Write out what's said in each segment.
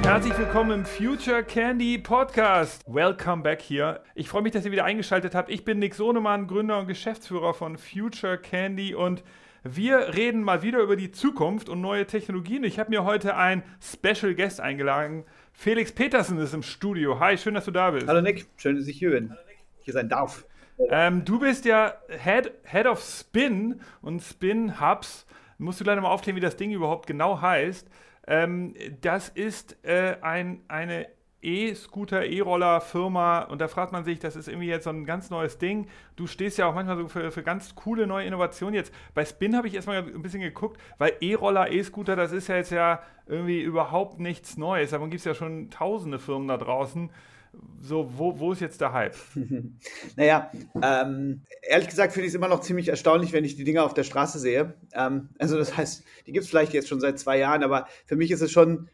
Herzlich willkommen im Future Candy Podcast. Welcome back hier. Ich freue mich, dass ihr wieder eingeschaltet habt. Ich bin Nick Sonemann, Gründer und Geschäftsführer von Future Candy und wir reden mal wieder über die Zukunft und neue Technologien. Ich habe mir heute einen Special Guest eingeladen. Felix Petersen ist im Studio. Hi, schön, dass du da bist. Hallo Nick, schön, dass ich hier bin. Hier sein darf. Du bist ja Head of Spin und Spin Hubs. Musst du gleich nochmal aufklären, wie das Ding überhaupt genau heißt. Das ist eine E-Scooter, E-Roller-Firma und da fragt man sich, das ist irgendwie jetzt so ein ganz neues Ding. Du stehst ja auch manchmal so für ganz coole neue Innovationen. Jetzt bei Spin habe ich erstmal ein bisschen geguckt, weil E-Roller, E-Scooter, das ist ja jetzt ja irgendwie überhaupt nichts Neues. Aber gibt es ja schon tausende Firmen da draußen. So, wo ist jetzt der Hype? Naja, ehrlich gesagt finde ich es immer noch ziemlich erstaunlich, wenn ich die Dinger auf der Straße sehe. Also das heißt, die gibt es vielleicht jetzt schon seit 2 Jahren, aber für mich ist es schon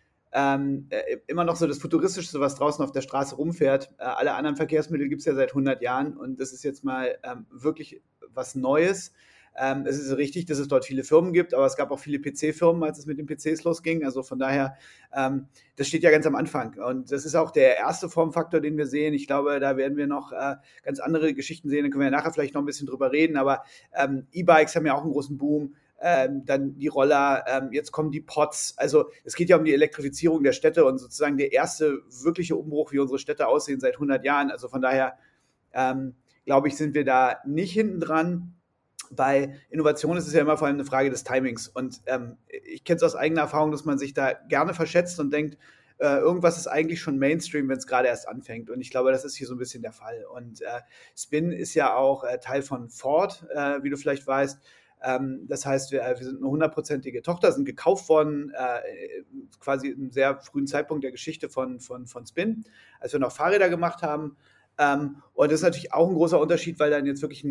immer noch so das Futuristischste, was draußen auf der Straße rumfährt. Alle anderen Verkehrsmittel gibt es ja seit 100 Jahren und das ist jetzt mal wirklich was Neues. Es ist richtig, dass es dort viele Firmen gibt, aber es gab auch viele PC-Firmen, als es mit den PCs losging. Also von daher, das steht ja ganz am Anfang. Und das ist auch der erste Formfaktor, den wir sehen. Ich glaube, da werden wir noch ganz andere Geschichten sehen. Da können wir ja nachher vielleicht noch ein bisschen drüber reden. Aber E-Bikes haben ja auch einen großen Boom. Dann die Roller, jetzt kommen die Pods. Also es geht ja um die Elektrifizierung der Städte und sozusagen der erste wirkliche Umbruch, wie unsere Städte aussehen seit 100 Jahren. Also von daher, glaube ich, sind wir da nicht hinten dran. Bei Innovation ist es ja immer vor allem eine Frage des Timings. Und ich kenne es aus eigener Erfahrung, dass man sich da gerne verschätzt und denkt, irgendwas ist eigentlich schon Mainstream, wenn es gerade erst anfängt. Und ich glaube, das ist hier so ein bisschen der Fall. Und Spin ist ja auch Teil von Ford, wie du vielleicht weißt. Das heißt, wir sind eine 100%ige Tochter, sind gekauft worden, quasi im sehr frühen Zeitpunkt der Geschichte von Spin, als wir noch Fahrräder gemacht haben. Und das ist natürlich auch ein großer Unterschied, weil dann jetzt wirklich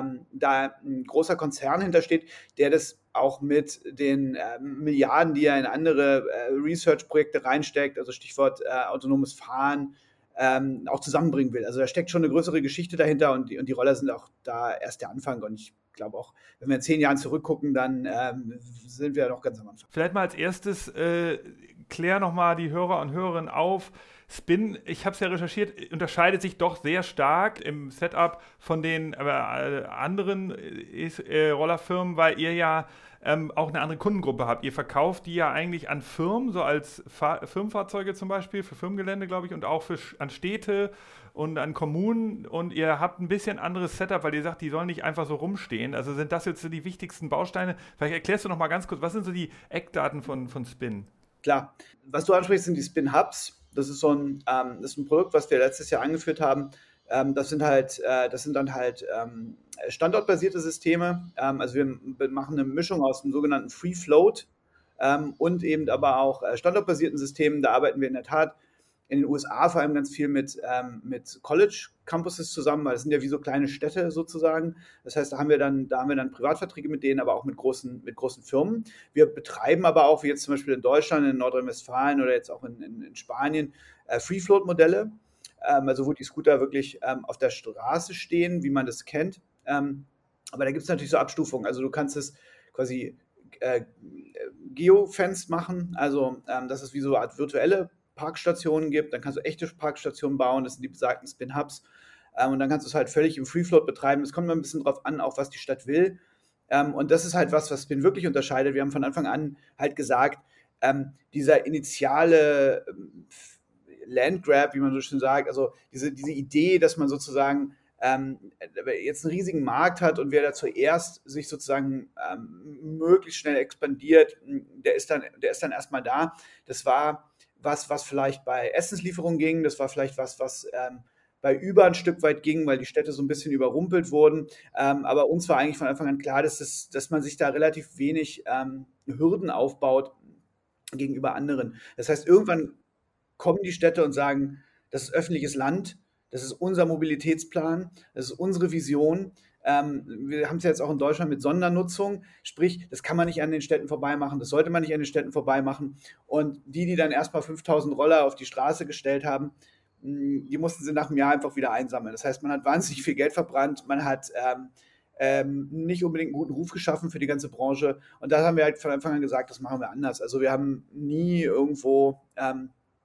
da ein großer Konzern hintersteht, der das auch mit den Milliarden, die er in andere Research-Projekte reinsteckt, also Stichwort autonomes Fahren, auch zusammenbringen will. Also da steckt schon eine größere Geschichte dahinter und die Roller sind auch da erst der Anfang. Und ich glaube auch, wenn wir in 10 Jahren zurückgucken, dann sind wir noch ganz am Anfang. Vielleicht mal als erstes klär nochmal die Hörer und Hörerinnen auf. Spin, ich habe es ja recherchiert, unterscheidet sich doch sehr stark im Setup von den anderen Rollerfirmen, weil ihr ja auch eine andere Kundengruppe habt. Ihr verkauft die ja eigentlich an Firmen, so als Firmenfahrzeuge zum Beispiel, für Firmengelände, glaube ich, und auch an Städte und an Kommunen. Und ihr habt ein bisschen anderes Setup, weil ihr sagt, die sollen nicht einfach so rumstehen. Also sind das jetzt so die wichtigsten Bausteine? Vielleicht erklärst du noch mal ganz kurz, was sind so die Eckdaten von Spin? Klar, was du ansprichst, sind die Spin Hubs. Das ist ein Produkt, was wir letztes Jahr eingeführt haben. Das sind dann halt standortbasierte Systeme. Also wir machen eine Mischung aus dem sogenannten Free Float und eben aber auch standortbasierten Systemen. Da arbeiten wir in der Tat in den USA vor allem ganz viel mit College-Campuses zusammen, weil das sind ja wie so kleine Städte sozusagen. Das heißt, da haben wir dann Privatverträge mit denen, aber auch mit großen Firmen. Wir betreiben aber auch, wie jetzt zum Beispiel in Deutschland, in Nordrhein-Westfalen oder jetzt auch in Spanien, Free-Float-Modelle, also wo die Scooter wirklich auf der Straße stehen, wie man das kennt. Aber da gibt es natürlich so Abstufungen. Also du kannst es quasi geofenced machen, also das ist wie so eine Art virtuelle Parkstationen gibt, dann kannst du echte Parkstationen bauen, das sind die besagten Spin-Hubs, und dann kannst du es halt völlig im Free-Float betreiben. Es kommt immer ein bisschen drauf an, auch was die Stadt will, und das ist halt was Spin wirklich unterscheidet. Wir haben von Anfang an halt gesagt, dieser initiale Landgrab, wie man so schön sagt, also diese Idee, dass man sozusagen jetzt einen riesigen Markt hat und wer da zuerst sich sozusagen möglichst schnell expandiert, der ist dann erstmal da. Das war was vielleicht bei Essenslieferungen ging, das war vielleicht was bei Uber ein Stück weit ging, weil die Städte so ein bisschen überrumpelt wurden. Aber uns war eigentlich von Anfang an klar, dass man sich da relativ wenig Hürden aufbaut gegenüber anderen. Das heißt, irgendwann kommen die Städte und sagen, das ist öffentliches Land, das ist unser Mobilitätsplan, das ist unsere Vision. Wir haben es ja jetzt auch in Deutschland mit Sondernutzung, sprich, das kann man nicht an den Städten vorbeimachen, das sollte man nicht an den Städten vorbeimachen. Und die dann erstmal 5000 Roller auf die Straße gestellt haben, die mussten sie nach einem Jahr einfach wieder einsammeln. Das heißt, man hat wahnsinnig viel Geld verbrannt, man hat nicht unbedingt einen guten Ruf geschaffen für die ganze Branche. Und da haben wir halt von Anfang an gesagt, das machen wir anders. Also wir haben nie irgendwo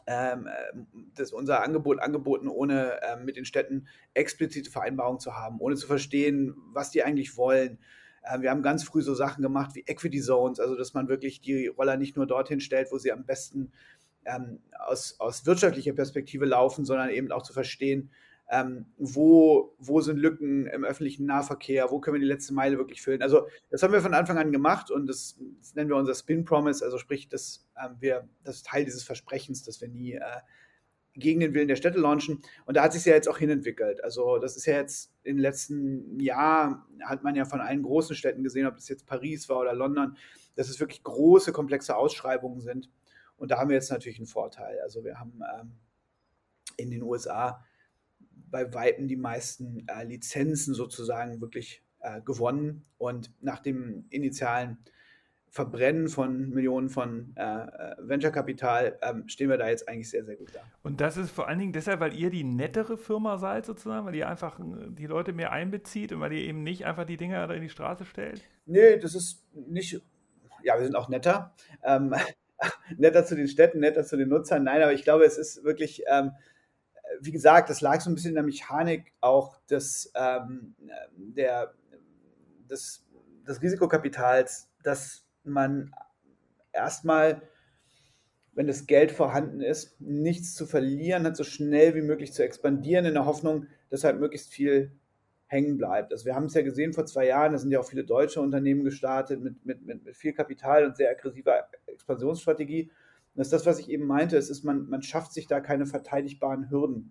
unser Angebot angeboten, ohne mit den Städten explizite Vereinbarungen zu haben, ohne zu verstehen, was die eigentlich wollen. Wir haben ganz früh so Sachen gemacht wie Equity Zones, also dass man wirklich die Roller nicht nur dorthin stellt, wo sie am besten aus wirtschaftlicher Perspektive laufen, sondern eben auch zu verstehen, wo sind Lücken im öffentlichen Nahverkehr, wo können wir die letzte Meile wirklich füllen. Also das haben wir von Anfang an gemacht und das nennen wir unser Spin Promise, also sprich, das ist Teil dieses Versprechens, dass wir nie gegen den Willen der Städte launchen. Und da hat sich ja jetzt auch hinentwickelt. Also das ist ja jetzt im letzten Jahr, hat man ja von allen großen Städten gesehen, ob das jetzt Paris war oder London, dass es wirklich große, komplexe Ausschreibungen sind. Und da haben wir jetzt natürlich einen Vorteil. Also wir haben in den USA bei Weitem die meisten Lizenzen sozusagen wirklich gewonnen. Und nach dem initialen Verbrennen von Millionen von Venture-Kapital stehen wir da jetzt eigentlich sehr, sehr gut da. Und das ist vor allen Dingen deshalb, weil ihr die nettere Firma seid sozusagen, weil ihr einfach die Leute mehr einbezieht und weil ihr eben nicht einfach die Dinger da in die Straße stellt? Nee, das ist nicht, ja, wir sind auch netter. Netter zu den Städten, netter zu den Nutzern. Nein, aber ich glaube, es ist wirklich, wie gesagt, das lag so ein bisschen in der Mechanik auch des Risikokapitals, dass man erstmal, wenn das Geld vorhanden ist, nichts zu verlieren hat, so schnell wie möglich zu expandieren, in der Hoffnung, dass halt möglichst viel hängen bleibt. Also wir haben es ja gesehen vor 2 Jahren, da sind ja auch viele deutsche Unternehmen gestartet mit viel Kapital und sehr aggressiver Expansionsstrategie. Und das ist das, was ich eben meinte, es ist, man schafft sich da keine verteidigbaren Hürden,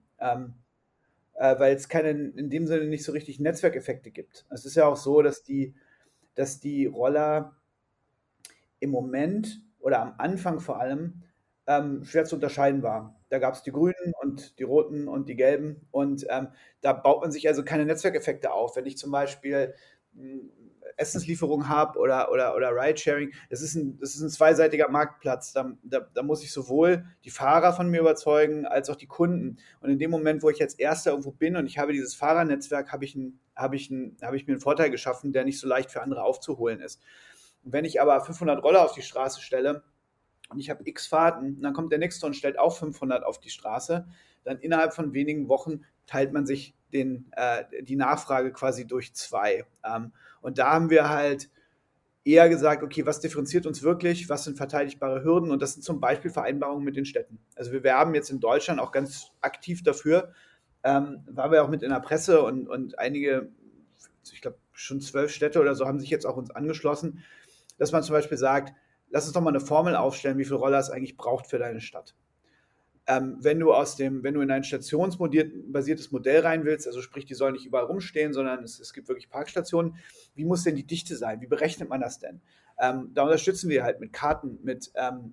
weil es in dem Sinne nicht so richtig Netzwerkeffekte gibt. Es ist ja auch so, dass die Roller im Moment oder am Anfang vor allem schwer zu unterscheiden war. Da gab es die Grünen und die Roten und die Gelben und da baut man sich also keine Netzwerkeffekte auf. Wenn ich zum Beispiel Essenslieferung habe oder Ridesharing, das ist ein zweiseitiger Marktplatz. Da muss ich sowohl die Fahrer von mir überzeugen, als auch die Kunden. Und in dem Moment, wo ich als Erster irgendwo bin und ich habe dieses Fahrernetzwerk, habe ich mir einen Vorteil geschaffen, der nicht so leicht für andere aufzuholen ist. Und wenn ich aber 500 Roller auf die Straße stelle und ich habe x Fahrten, und dann kommt der nächste und stellt auch 500 auf die Straße, dann innerhalb von wenigen Wochen teilt man sich die Nachfrage quasi durch 2. Und da haben wir halt eher gesagt, okay, was differenziert uns wirklich, was sind verteidigbare Hürden und das sind zum Beispiel Vereinbarungen mit den Städten. Also wir werben jetzt in Deutschland auch ganz aktiv dafür, waren wir auch mit in der Presse und einige, ich glaube schon 12 Städte oder so haben sich jetzt auch uns angeschlossen, dass man zum Beispiel sagt, lass uns doch mal eine Formel aufstellen, wie viele Roller es eigentlich braucht für deine Stadt. Wenn du in ein stationsbasiertes Modell rein willst, also sprich, die sollen nicht überall rumstehen, sondern es gibt wirklich Parkstationen, wie muss denn die Dichte sein? Wie berechnet man das denn? Da unterstützen wir halt mit Karten, mit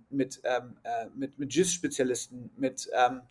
GIS-Spezialisten, mit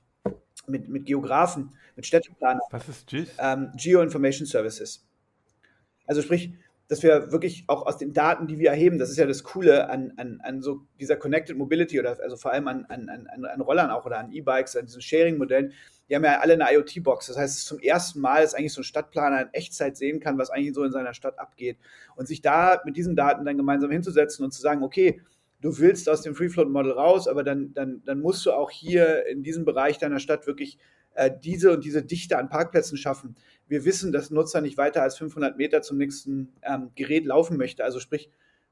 Geografen, mit Städteplanern. Was ist GIS? Geo-Information Services. Also sprich, dass wir wirklich auch aus den Daten, die wir erheben, das ist ja das Coole an so dieser Connected Mobility oder also vor allem an Rollern auch oder an E-Bikes, an diesen Sharing-Modellen, die haben ja alle eine IoT-Box. Das heißt, es ist zum ersten Mal, dass eigentlich so ein Stadtplaner in Echtzeit sehen kann, was eigentlich so in seiner Stadt abgeht. Und sich da mit diesen Daten dann gemeinsam hinzusetzen und zu sagen, okay, du willst aus dem Free-Float-Model raus, aber dann musst du auch hier in diesem Bereich deiner Stadt wirklich diese und diese Dichte an Parkplätzen schaffen. Wir wissen, dass ein Nutzer nicht weiter als 500 Meter zum nächsten Gerät laufen möchte. Also sprich,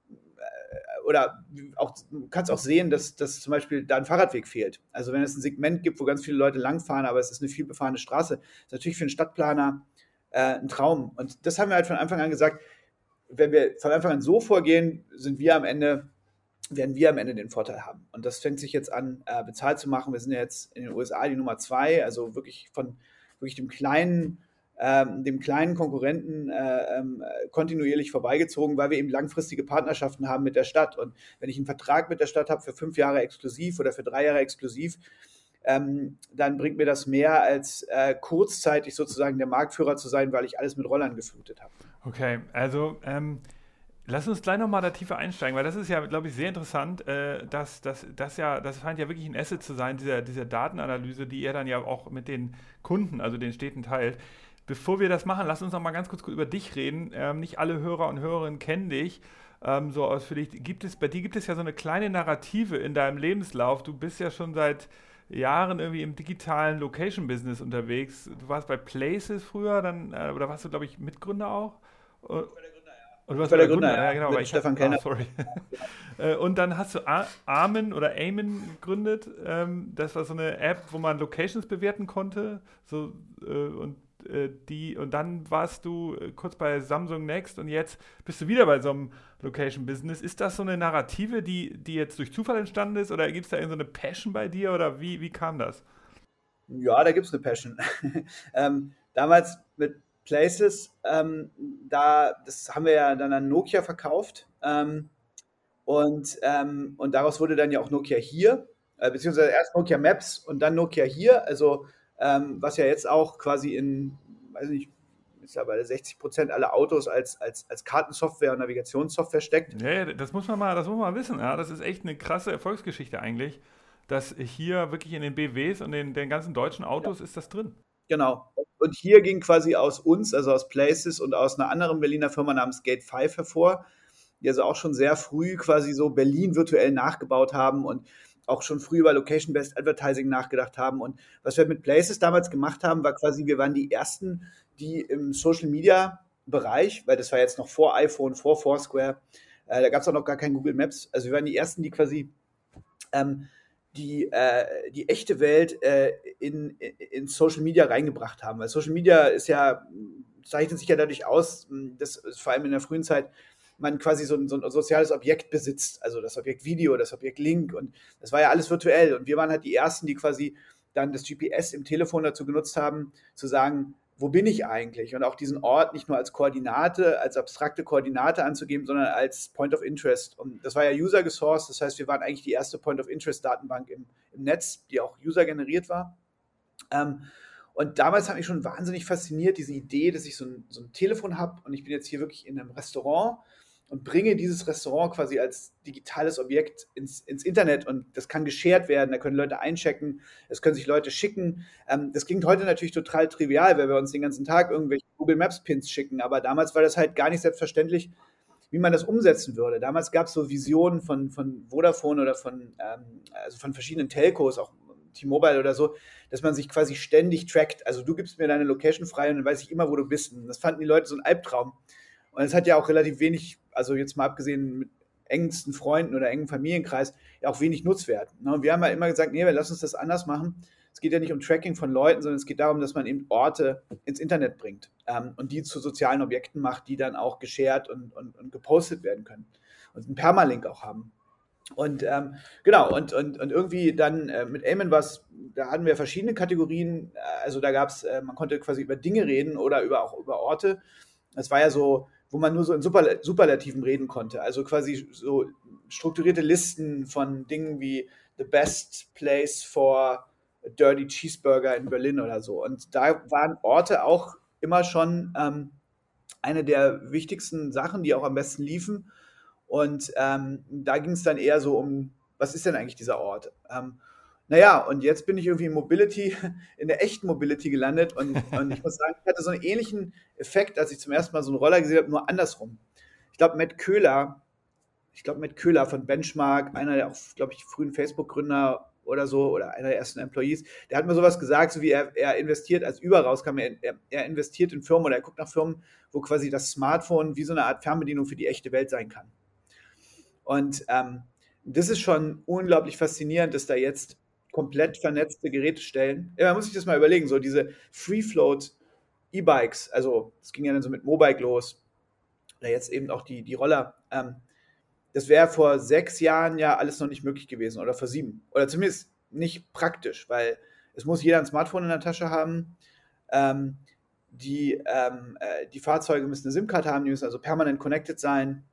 oder auch, du kannst auch sehen, dass zum Beispiel da ein Fahrradweg fehlt. Also wenn es ein Segment gibt, wo ganz viele Leute langfahren, aber es ist eine viel befahrene Straße, ist natürlich für einen Stadtplaner ein Traum. Und das haben wir halt von Anfang an gesagt, wenn wir von Anfang an so vorgehen, werden wir am Ende den Vorteil haben. Und das fängt sich jetzt an, bezahlt zu machen. Wir sind ja jetzt in den USA die Nummer 2, also wirklich von dem kleinen Konkurrenten kontinuierlich vorbeigezogen, weil wir eben langfristige Partnerschaften haben mit der Stadt. Und wenn ich einen Vertrag mit der Stadt habe für 5 Jahre exklusiv oder für 3 Jahre exklusiv, dann bringt mir das mehr als kurzzeitig sozusagen der Marktführer zu sein, weil ich alles mit Rollern geflutet habe. Okay, also lass uns gleich nochmal da tiefer einsteigen, weil das ist ja, glaube ich, sehr interessant. Das scheint ja wirklich ein Asset zu sein, diese Datenanalyse, die ihr dann ja auch mit den Kunden, also den Städten teilt. Bevor wir das machen, lass uns noch mal ganz kurz über dich reden. Nicht alle Hörer und Hörerinnen kennen dich so ausführlich. Bei dir gibt es ja so eine kleine Narrative in deinem Lebenslauf. Du bist ja schon seit Jahren irgendwie im digitalen Location-Business unterwegs. Du warst bei Places früher, dann, oder warst du, glaube ich, Mitgründer auch? Und du Ich warst war bei der der Gründer, Gründer, ja, ja genau, weil mit ich habe, Stefan Kellner. sorry. Und dann hast du Amen oder Amen gegründet. Das war so eine App, wo man Locations bewerten konnte. So, und dann warst du kurz bei Samsung Next und jetzt bist du wieder bei so einem Location-Business. Ist das so eine Narrative, die jetzt durch Zufall entstanden ist oder gibt es da irgendeine Passion bei dir oder wie kam das? Ja, da gibt es eine Passion. Damals mit Places, das haben wir ja dann an Nokia verkauft. Und daraus wurde dann ja auch Nokia hier, beziehungsweise erst Nokia Maps und dann Nokia hier, also was ja jetzt auch quasi in, weiß nicht, mittlerweile 60% aller Autos als Kartensoftware und Navigationssoftware steckt. Nee, das muss man mal wissen. Ja? Das ist echt eine krasse Erfolgsgeschichte eigentlich, dass hier wirklich in den BWs und den ganzen deutschen Ja, Autos ist das drin. genau. Und hier ging quasi aus uns, also aus Places und aus einer anderen Berliner Firma namens Gate 5 hervor, die also auch schon sehr früh quasi so Berlin virtuell nachgebaut haben und auch schon früh über Location-Based Advertising nachgedacht haben. Und was wir mit Places damals gemacht haben, war quasi, wir waren die Ersten, die im Social-Media-Bereich, weil das war jetzt noch vor iPhone, vor Foursquare, da gab es auch noch gar kein Google Maps, also wir waren die Ersten, die quasi ähm, die echte Welt in Social Media reingebracht haben. Weil Social Media zeichnet sich ja dadurch aus, dass vor allem in der frühen Zeit man quasi so ein soziales Objekt besitzt, also das Objekt Video, das Objekt Link und das war ja alles virtuell und wir waren halt die Ersten, die quasi dann das GPS im Telefon dazu genutzt haben, zu sagen, wo bin ich eigentlich? Und auch diesen Ort nicht nur als Koordinate, als abstrakte Koordinate anzugeben, sondern als Point of Interest. Und das war ja user gesourced, das heißt, wir waren eigentlich die erste Point of Interest Datenbank im Netz, die auch user generiert war. Ähm, und damals hat mich schon wahnsinnig fasziniert, diese Idee, dass ich so ein Telefon habe und ich bin jetzt hier wirklich in einem Restaurant und bringe dieses Restaurant quasi als digitales Objekt ins Internet und das kann geshared werden, da können Leute einchecken, es können sich Leute schicken. Das klingt heute natürlich total trivial, weil wir uns den ganzen Tag irgendwelche Google Maps Pins schicken, aber damals war das halt gar nicht selbstverständlich, wie man das umsetzen würde. Damals gab es so Visionen von Vodafone oder also von verschiedenen Telcos, auch T-Mobile oder so, dass man sich quasi ständig trackt. Also du gibst mir deine Location frei und dann weiß ich immer, wo du bist. Und das fanden die Leute so ein Albtraum. Und es hat ja auch relativ wenig, also jetzt mal abgesehen mit engsten Freunden oder engem Familienkreis, ja auch wenig Nutzwert. Und wir haben ja immer gesagt, nee, wir lassen uns das anders machen. Es geht ja nicht um Tracking von Leuten, sondern es geht darum, dass man eben Orte ins Internet bringt und die zu sozialen Objekten macht, die dann auch geshared und gepostet werden können und einen Permalink auch haben. Und genau, und irgendwie dann mit Amen da hatten wir verschiedene Kategorien. Also da gab es, man konnte quasi über Dinge reden oder auch über Orte. Das war ja so, wo man nur so in Superlativen reden konnte. Also quasi so strukturierte Listen von Dingen wie the best place for a dirty cheeseburger in Berlin oder so. Und da waren Orte auch immer schon eine der wichtigsten Sachen, die auch am besten liefen. Und da ging es dann eher so um, was ist denn eigentlich dieser Ort? Naja, und jetzt bin ich irgendwie in Mobility, in der echten Mobility gelandet und ich muss sagen, ich hatte so einen ähnlichen Effekt, als ich zum ersten Mal so einen Roller gesehen habe, nur andersrum. Ich glaube, Matt Köhler von Benchmark, einer der auch, glaube ich, frühen Facebook-Gründer oder so, oder einer der ersten Employees, der hat mir sowas gesagt, so wie er investiert, als Uber rauskam, er investiert in Firmen oder er guckt nach Firmen, wo quasi das Smartphone wie so eine Art Fernbedienung für die echte Welt sein kann. Und das ist schon unglaublich faszinierend, dass da jetzt komplett vernetzte Geräte stellen. Ja, man muss sich das mal überlegen, so diese Free-Float E-Bikes, also das ging ja dann so mit Mobike los, oder jetzt eben auch die Roller. Das wäre vor 6 Jahren ja alles noch nicht möglich gewesen oder vor 7. Oder zumindest nicht praktisch, weil es muss jeder ein Smartphone in der Tasche haben. Ähm, die Fahrzeuge müssen eine SIM-Karte haben, die müssen also permanent connected sein.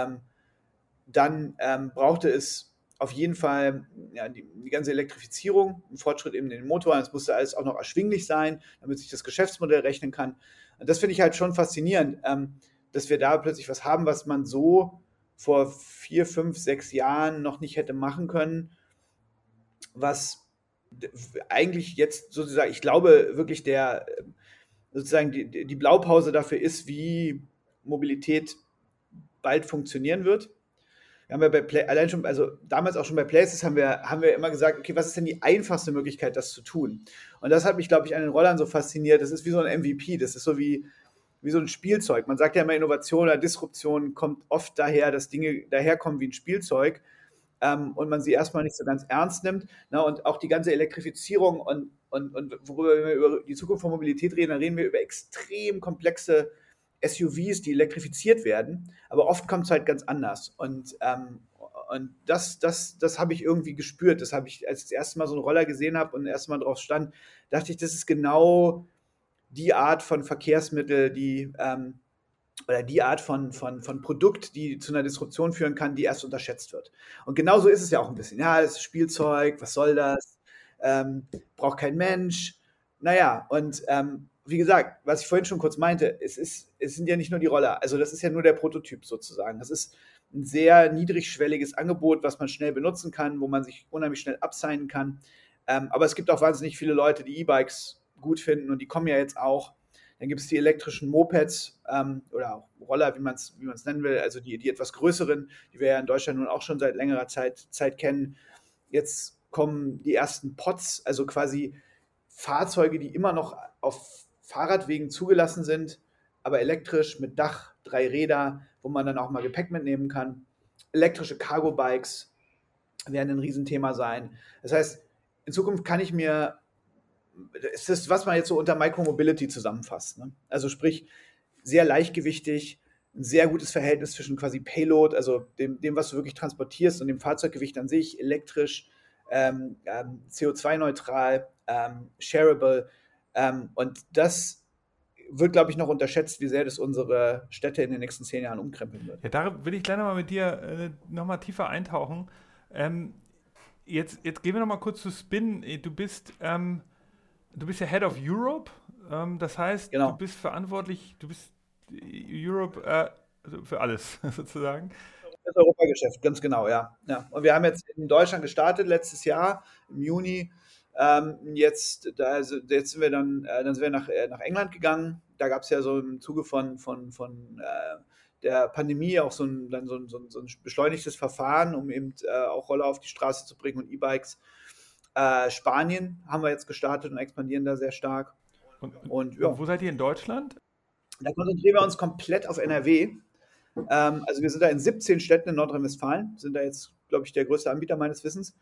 Dann brauchte es auf jeden Fall ja, die ganze Elektrifizierung, ein Fortschritt eben in den Motoren. Es musste alles auch noch erschwinglich sein, damit sich das Geschäftsmodell rechnen kann. Und das finde ich halt schon faszinierend, dass wir da plötzlich was haben, was man so vor 4, 5, 6 Jahren noch nicht hätte machen können, was eigentlich jetzt sozusagen, ich glaube wirklich sozusagen die Blaupause dafür ist, wie Mobilität bald funktionieren wird. haben wir allein schon, also damals auch schon bei Places haben wir immer gesagt, okay, was ist denn die einfachste Möglichkeit, das zu tun? Und das hat mich, glaube ich, an den Rollern so fasziniert. Das ist wie so ein MVP, das ist so wie so ein Spielzeug. Man sagt ja immer, Innovation oder Disruption kommt oft daher, dass Dinge daherkommen wie ein Spielzeug, und man sie erstmal nicht so ganz ernst nimmt. Ne? Und auch die ganze Elektrifizierung und worüber wir über die Zukunft von Mobilität reden, dann reden wir über extrem komplexe SUVs, die elektrifiziert werden, aber oft kommt es halt ganz anders. Und das habe ich irgendwie gespürt. Das habe ich, als ich das erste Mal so einen Roller gesehen habe und das erste Mal drauf stand, dachte ich, das ist genau die Art von Verkehrsmittel, oder die Art von Produkt, die zu einer Disruption führen kann, die erst unterschätzt wird. Und genauso ist es ja auch ein bisschen. Ja, das ist Spielzeug, was soll das? Braucht kein Mensch. Naja, und wie gesagt, was ich vorhin schon kurz meinte, es sind ja nicht nur die Roller, also das ist ja nur der Prototyp sozusagen. Das ist ein sehr niedrigschwelliges Angebot, was man schnell benutzen kann, wo man sich unheimlich schnell absignen kann. Aber es gibt auch wahnsinnig viele Leute, die E-Bikes gut finden und die kommen ja jetzt auch. Dann gibt es die elektrischen Mopeds oder auch Roller, wie man es nennen will, also die etwas größeren, die wir ja in Deutschland nun auch schon seit längerer Zeit kennen. Jetzt kommen die ersten Pods, also quasi Fahrzeuge, die immer noch auf Fahrradwegen zugelassen sind, aber elektrisch mit Dach, 3 Räder, wo man dann auch mal Gepäck mitnehmen kann. Elektrische Cargo-Bikes werden ein Riesenthema sein. Das heißt, in Zukunft kann ich mir, es ist, was man jetzt so unter Micromobility zusammenfasst. Ne? Also sprich, sehr leichtgewichtig, ein sehr gutes Verhältnis zwischen quasi Payload, also dem was du wirklich transportierst, und dem Fahrzeuggewicht an sich, elektrisch, CO2-neutral, shareable. Und das wird, glaube ich, noch unterschätzt, wie sehr das unsere Städte in den nächsten 10 Jahren umkrempeln wird. Ja, da will ich gleich nochmal mit dir nochmal tiefer eintauchen. Jetzt gehen wir nochmal kurz zu Spin. Du bist ja Head of Europe. Das heißt, Genau. Du bist verantwortlich, du bist Europe also für alles sozusagen. Das Europageschäft, ganz genau, ja. Und wir haben jetzt in Deutschland gestartet letztes Jahr im Juni. Jetzt sind wir nach England gegangen. Da gab es ja so im Zuge von der Pandemie auch so ein beschleunigtes Verfahren, um eben auch Roller auf die Straße zu bringen und E-Bikes. Spanien haben wir jetzt gestartet und expandieren da sehr stark. Und wo seid ihr in Deutschland? Da konzentrieren wir uns komplett auf NRW. Also wir sind da in 17 Städten in Nordrhein-Westfalen, sind da jetzt, glaube ich, der größte Anbieter meines Wissens.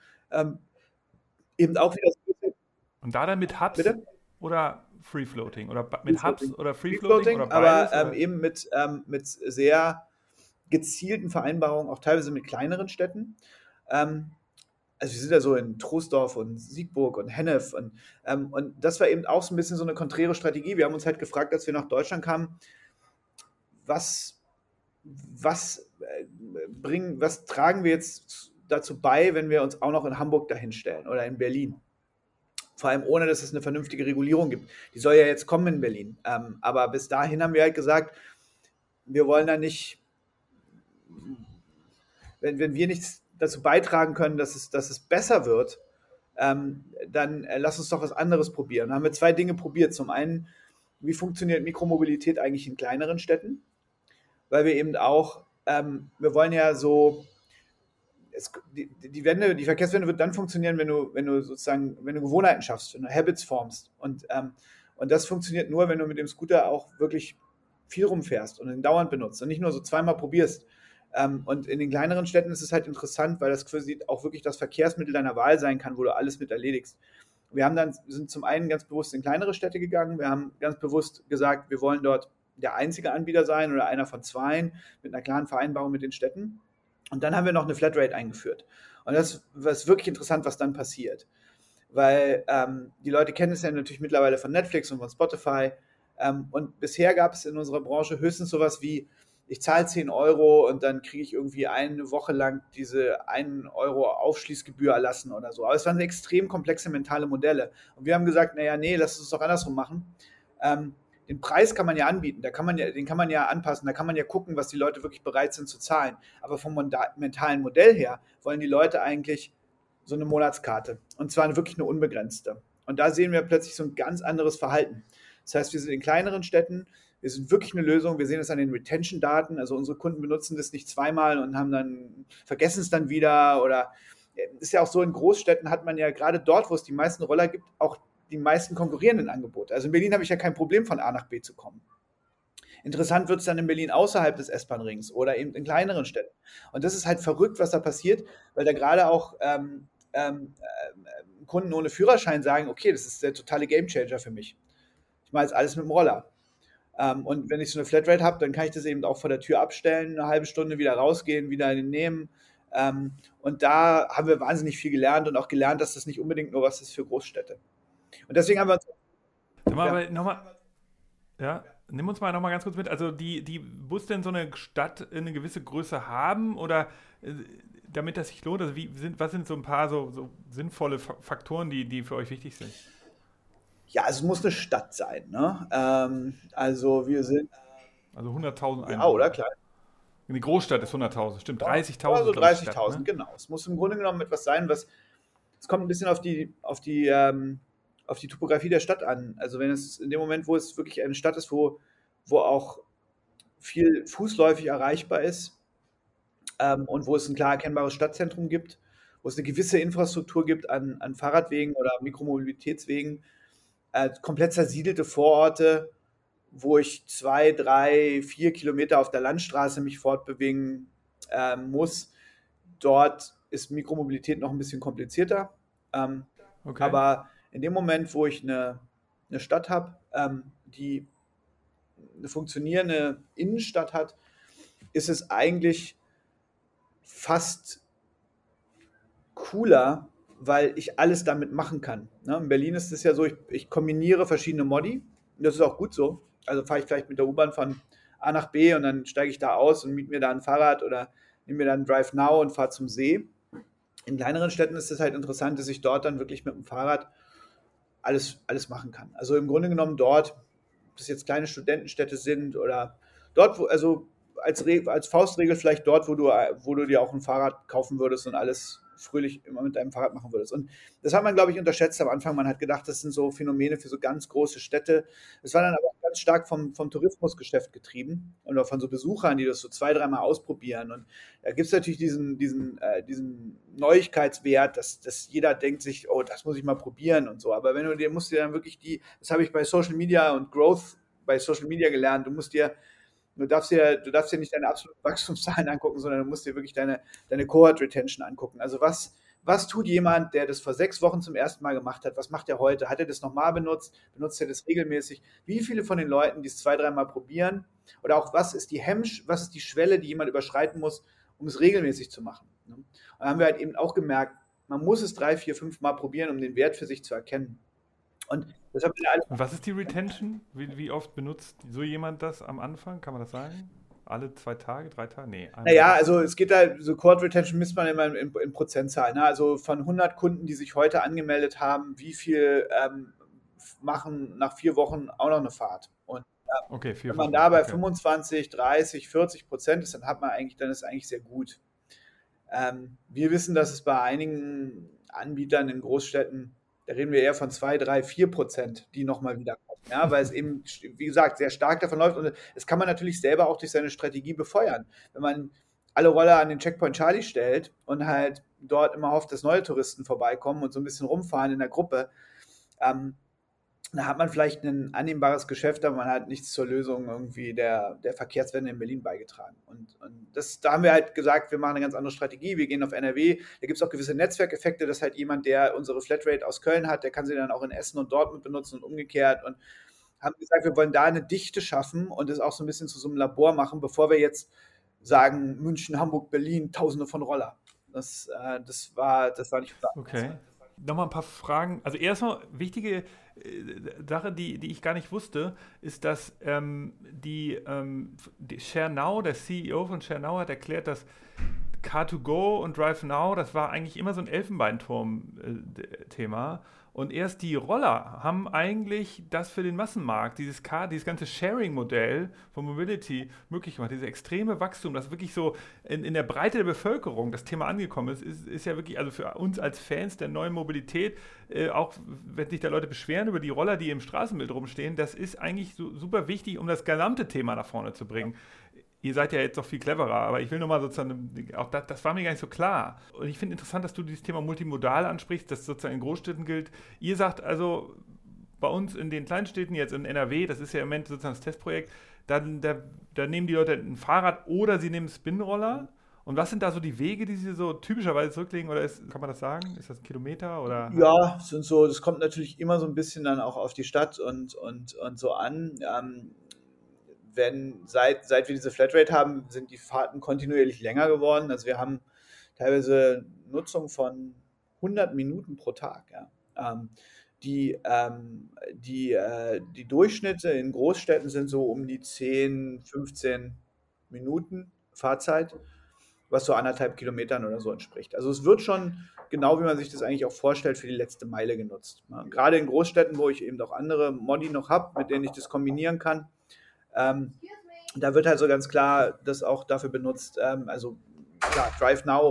Eben auch wieder so. Und da dann mit Hubs Bitte? Oder Free Floating? Oder mit Hubs oder Free Floating, oder beides? aber eben mit sehr gezielten Vereinbarungen, auch teilweise mit kleineren Städten. Also wir sind ja so in Troisdorf und Siegburg und Hennef und das war eben auch so ein bisschen so eine konträre Strategie. Wir haben uns halt gefragt, als wir nach Deutschland kamen, was tragen wir jetzt dazu bei, wenn wir uns auch noch in Hamburg dahinstellen oder in Berlin? Vor allem ohne, dass es eine vernünftige Regulierung gibt. Die soll ja jetzt kommen in Berlin. Aber bis dahin haben wir halt gesagt, wir wollen da nicht, wenn wir nichts dazu beitragen können, dass es besser wird, dann lass uns doch was anderes probieren. Da haben wir 2 Dinge probiert. Zum einen, wie funktioniert Mikromobilität eigentlich in kleineren Städten? Weil wir eben auch, wir wollen ja so, die Verkehrswende wird dann funktionieren, wenn du Gewohnheiten schaffst, wenn du Habits formst. Und das funktioniert nur, wenn du mit dem Scooter auch wirklich viel rumfährst und ihn dauernd benutzt und nicht nur so zweimal probierst. Und in den kleineren Städten ist es halt interessant, weil das quasi auch wirklich das Verkehrsmittel deiner Wahl sein kann, wo du alles mit erledigst. Wir sind zum einen ganz bewusst in kleinere Städte gegangen. Wir haben ganz bewusst gesagt, wir wollen dort der einzige Anbieter sein oder einer von 2 mit einer klaren Vereinbarung mit den Städten. Und dann haben wir noch eine Flatrate eingeführt. Und das ist wirklich interessant, was dann passiert. Weil die Leute kennen es ja natürlich mittlerweile von Netflix und von Spotify. Und bisher gab es in unserer Branche höchstens sowas wie, ich zahle 10 Euro und dann kriege ich irgendwie eine Woche lang diese 1 Euro Aufschließgebühr erlassen oder so. Aber es waren extrem komplexe mentale Modelle. Und wir haben gesagt, nee, lass uns doch andersrum machen. Den Preis kann man ja anbieten, den kann man ja anpassen, da kann man ja gucken, was die Leute wirklich bereit sind zu zahlen. Aber vom mentalen Modell her wollen die Leute eigentlich so eine Monatskarte. Und zwar wirklich eine unbegrenzte. Und da sehen wir plötzlich so ein ganz anderes Verhalten. Das heißt, wir sind in kleineren Städten, wir sind wirklich eine Lösung. Wir sehen es an den Retention-Daten. Also unsere Kunden benutzen das nicht zweimal und vergessen es dann wieder. Oder ist ja auch so, in Großstädten hat man ja gerade dort, wo es die meisten Roller gibt, auch die meisten konkurrierenden Angebote. Also in Berlin habe ich ja kein Problem, von A nach B zu kommen. Interessant wird es dann in Berlin außerhalb des S-Bahn-Rings oder eben in kleineren Städten. Und das ist halt verrückt, was da passiert, weil da gerade auch Kunden ohne Führerschein sagen, okay, das ist der totale Gamechanger für mich. Ich mache jetzt alles mit dem Roller. Und wenn ich so eine Flatrate habe, dann kann ich das eben auch vor der Tür abstellen, eine halbe Stunde wieder rausgehen, wieder nehmen. Und da haben wir wahnsinnig viel gelernt und auch gelernt, dass das nicht unbedingt nur was ist für Großstädte. Und deswegen haben wir uns... Nimm uns mal noch mal ganz kurz mit. Also muss denn so eine Stadt eine gewisse Größe haben oder damit das sich lohnt? Also was sind so ein paar so sinnvolle Faktoren, die für euch wichtig sind? Ja, es muss eine Stadt sein, ne? Also wir sind... Also 100.000 Einwohner. Ja, oder? Klar. Eine Großstadt ist 100.000, stimmt. 30.000. Also 30.000, Stadt, ne? genau. Es muss im Grunde genommen etwas sein, es kommt ein bisschen auf die Topografie der Stadt an. Also wenn es in dem Moment, wo es wirklich eine Stadt ist, wo auch viel fußläufig erreichbar ist und wo es ein klar erkennbares Stadtzentrum gibt, wo es eine gewisse Infrastruktur gibt an Fahrradwegen oder Mikromobilitätswegen, komplett zersiedelte Vororte, wo ich 2, 3, 4 Kilometer auf der Landstraße mich fortbewegen muss. Dort ist Mikromobilität noch ein bisschen komplizierter. Okay. Aber in dem Moment, wo ich eine Stadt habe, die eine funktionierende Innenstadt hat, ist es eigentlich fast cooler, weil ich alles damit machen kann. Ne? In Berlin ist es ja so, ich kombiniere verschiedene Modi. Und das ist auch gut so. Also fahre ich vielleicht mit der U-Bahn von A nach B und dann steige ich da aus und miete mir da ein Fahrrad oder nehme mir dann Drive Now und fahre zum See. In kleineren Städten ist es halt interessant, dass ich dort dann wirklich mit dem Fahrrad alles machen kann. Also im Grunde genommen dort, ob das jetzt kleine Studentenstädte sind oder dort, also als Faustregel vielleicht dort, wo du dir auch ein Fahrrad kaufen würdest und alles fröhlich immer mit deinem Fahrrad machen würdest. Und das hat man, glaube ich, unterschätzt am Anfang. Man hat gedacht, das sind so Phänomene für so ganz große Städte. Es war dann aber ganz stark vom Tourismusgeschäft getrieben oder von so Besuchern, die das so 2, 3 Mal ausprobieren. Und da gibt es natürlich diesen Neuigkeitswert, dass jeder denkt sich, oh, das muss ich mal probieren und so. Aber musst dir dann wirklich das habe ich bei Social Media und Growth bei Social Media gelernt, du darfst dir nicht deine absoluten Wachstumszahlen angucken, sondern du musst dir wirklich deine Cohort Retention angucken. Also was tut jemand, der das vor 6 Wochen zum ersten Mal gemacht hat? Was macht er heute? Hat er das nochmal benutzt? Benutzt er das regelmäßig? Wie viele von den Leuten, die es 2, 3 Mal probieren? Oder auch was ist die Schwelle, die jemand überschreiten muss, um es regelmäßig zu machen? Und da haben wir halt eben auch gemerkt, man muss es 3, 4, 5 Mal probieren, um den Wert für sich zu erkennen. Und was ist die Retention? Wie oft benutzt so jemand das am Anfang? Kann man das sagen? Alle 2 Tage, 3 Tage? Nee. Naja, also es geht da, so Cohort Retention misst man immer in Prozentzahlen. Ne? Also von 100 Kunden, die sich heute angemeldet haben, wie viel machen nach 4 Wochen auch noch eine Fahrt? Und okay, wenn man da bei 25, 30, 40% ist, dann ist eigentlich sehr gut. Wir wissen, dass es bei einigen Anbietern in Großstädten, da reden wir eher von 2, 3, 4%, die nochmal wiederkommen. Ja, weil es eben, wie gesagt, sehr stark davon läuft. Und das kann man natürlich selber auch durch seine Strategie befeuern. Wenn man alle Roller an den Checkpoint Charlie stellt und halt dort immer hofft, dass neue Touristen vorbeikommen und so ein bisschen rumfahren in der Gruppe, da hat man vielleicht ein annehmbares Geschäft, aber man hat nichts zur Lösung irgendwie der Verkehrswende in Berlin beigetragen. Und da haben wir halt gesagt, wir machen eine ganz andere Strategie, wir gehen auf NRW, da gibt es auch gewisse Netzwerkeffekte, dass halt jemand, der unsere Flatrate aus Köln hat, der kann sie dann auch in Essen und Dortmund benutzen und umgekehrt und haben gesagt, wir wollen da eine Dichte schaffen und das auch so ein bisschen zu so einem Labor machen, bevor wir jetzt sagen, München, Hamburg, Berlin, Tausende von Roller. Das war nicht klar. Okay. Nochmal ein paar Fragen. Also erstmal wichtige Sache, die ich gar nicht wusste, ist, dass die ShareNow, der CEO von ShareNow hat erklärt, dass Car2Go und Drive Now, das war eigentlich immer so ein Elfenbeinturm-Thema. Und erst die Roller haben eigentlich das für den Massenmarkt, dieses ganze Sharing-Modell von Mobility möglich gemacht. Dieses extreme Wachstum, das wirklich so in der Breite der Bevölkerung das Thema angekommen ist ja wirklich, also für uns als Fans der neuen Mobilität, auch wenn sich da Leute beschweren über die Roller, die im Straßenbild rumstehen, das ist eigentlich super wichtig, um das gesamte Thema nach vorne zu bringen. Ihr seid ja jetzt noch viel cleverer, aber ich will nochmal sozusagen, auch das war mir gar nicht so klar. Und ich finde interessant, dass du dieses Thema multimodal ansprichst, das sozusagen in Großstädten gilt. Ihr sagt also, bei uns in den Kleinstädten, jetzt in NRW, das ist ja im Moment sozusagen das Testprojekt, da nehmen die Leute ein Fahrrad oder sie nehmen Spinroller. Und was sind da so die Wege, die sie so typischerweise zurücklegen? Oder kann man das sagen? Ist das ein Kilometer? Oder? Ja, sind so, das kommt natürlich immer so ein bisschen dann auch auf die Stadt und so an. Seit wir diese Flatrate haben, sind die Fahrten kontinuierlich länger geworden. Also wir haben teilweise Nutzung von 100 Minuten pro Tag. Ja. Die Durchschnitte in Großstädten sind so um die 10, 15 Minuten Fahrzeit, was so 1,5 Kilometern oder so entspricht. Also es wird schon genau, wie man sich das eigentlich auch vorstellt, für die letzte Meile genutzt. Ja. Gerade in Großstädten, wo ich eben auch andere Modi noch habe, mit denen ich das kombinieren kann, da wird halt so ganz klar das auch dafür benutzt, also klar, Drive Now,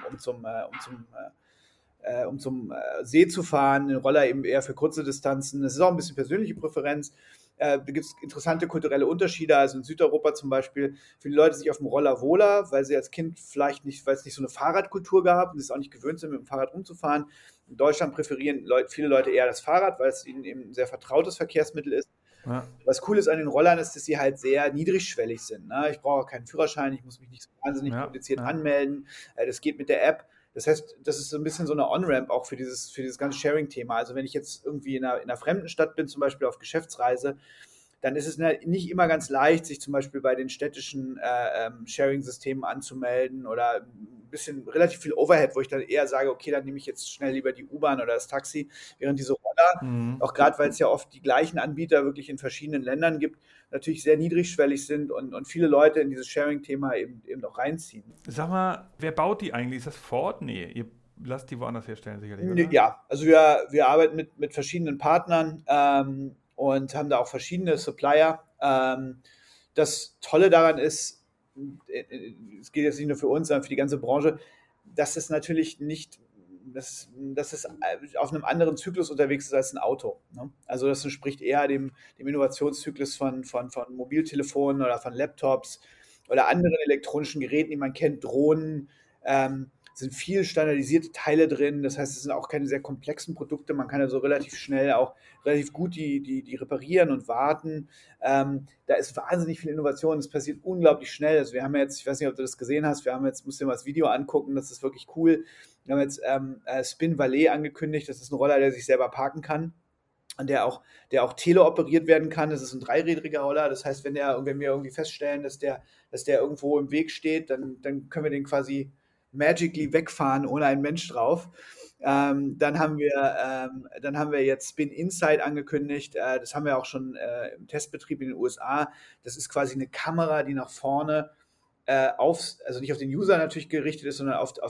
um zum See zu fahren, den Roller eben eher für kurze Distanzen. Das ist auch ein bisschen persönliche Präferenz. Da gibt es interessante kulturelle Unterschiede. Also in Südeuropa zum Beispiel fühlen die Leute sich auf dem Roller wohler, weil sie als Kind vielleicht nicht, weil es nicht so eine Fahrradkultur gab und sie es auch nicht gewöhnt sind, mit dem Fahrrad rumzufahren. In Deutschland präferieren viele Leute eher das Fahrrad, weil es ihnen eben ein sehr vertrautes Verkehrsmittel ist. Ja. Was cool ist an den Rollern ist, dass sie halt sehr niedrigschwellig sind. Ne? Ich brauche keinen Führerschein, ich muss mich nicht so wahnsinnig kompliziert anmelden. Das geht mit der App. Das heißt, das ist so ein bisschen so eine On-Ramp auch für dieses ganze Sharing-Thema. Also wenn ich jetzt irgendwie in einer fremden Stadt bin, zum Beispiel auf Geschäftsreise, dann ist es nicht immer ganz leicht, sich zum Beispiel bei den städtischen Sharing-Systemen anzumelden oder ein bisschen relativ viel Overhead, wo ich dann eher sage, okay, dann nehme ich jetzt schnell lieber die U-Bahn oder das Taxi, während diese Roller, auch gerade weil es ja oft die gleichen Anbieter wirklich in verschiedenen Ländern gibt, natürlich sehr niedrigschwellig sind und viele Leute in dieses Sharing-Thema eben auch reinziehen. Sag mal, wer baut die eigentlich? Ist das Ford? Nee, ihr lasst die woanders herstellen sicherlich, oder? Ja, also wir arbeiten mit verschiedenen Partnern und haben da auch verschiedene Supplier. Das Tolle daran ist, es geht jetzt nicht nur für uns, sondern für die ganze Branche, dass es natürlich nicht, dass es auf einem anderen Zyklus unterwegs ist als ein Auto. Ne? Also das entspricht eher dem Innovationszyklus von Mobiltelefonen oder von Laptops oder anderen elektronischen Geräten, die man kennt, Drohnen. Sind viel standardisierte Teile drin, das heißt, es sind auch keine sehr komplexen Produkte, man kann also relativ schnell auch relativ gut die reparieren und warten. Da ist wahnsinnig viel Innovation, das passiert unglaublich schnell. Also wir haben jetzt, ich weiß nicht, ob du das gesehen hast, musst dir mal das Video angucken, das ist wirklich cool. Wir haben jetzt Spin Valet angekündigt, das ist ein Roller, der sich selber parken kann. Und der auch teleoperiert werden kann. Das ist ein dreirädriger Roller. Das heißt, wenn wir irgendwie feststellen, dass der irgendwo im Weg steht, dann können wir den quasi magically wegfahren ohne einen Mensch drauf. Dann haben wir jetzt Spin Insight angekündigt. Das haben wir auch schon im Testbetrieb in den USA. Das ist quasi eine Kamera, die nach vorne also nicht auf den User natürlich gerichtet ist, sondern auf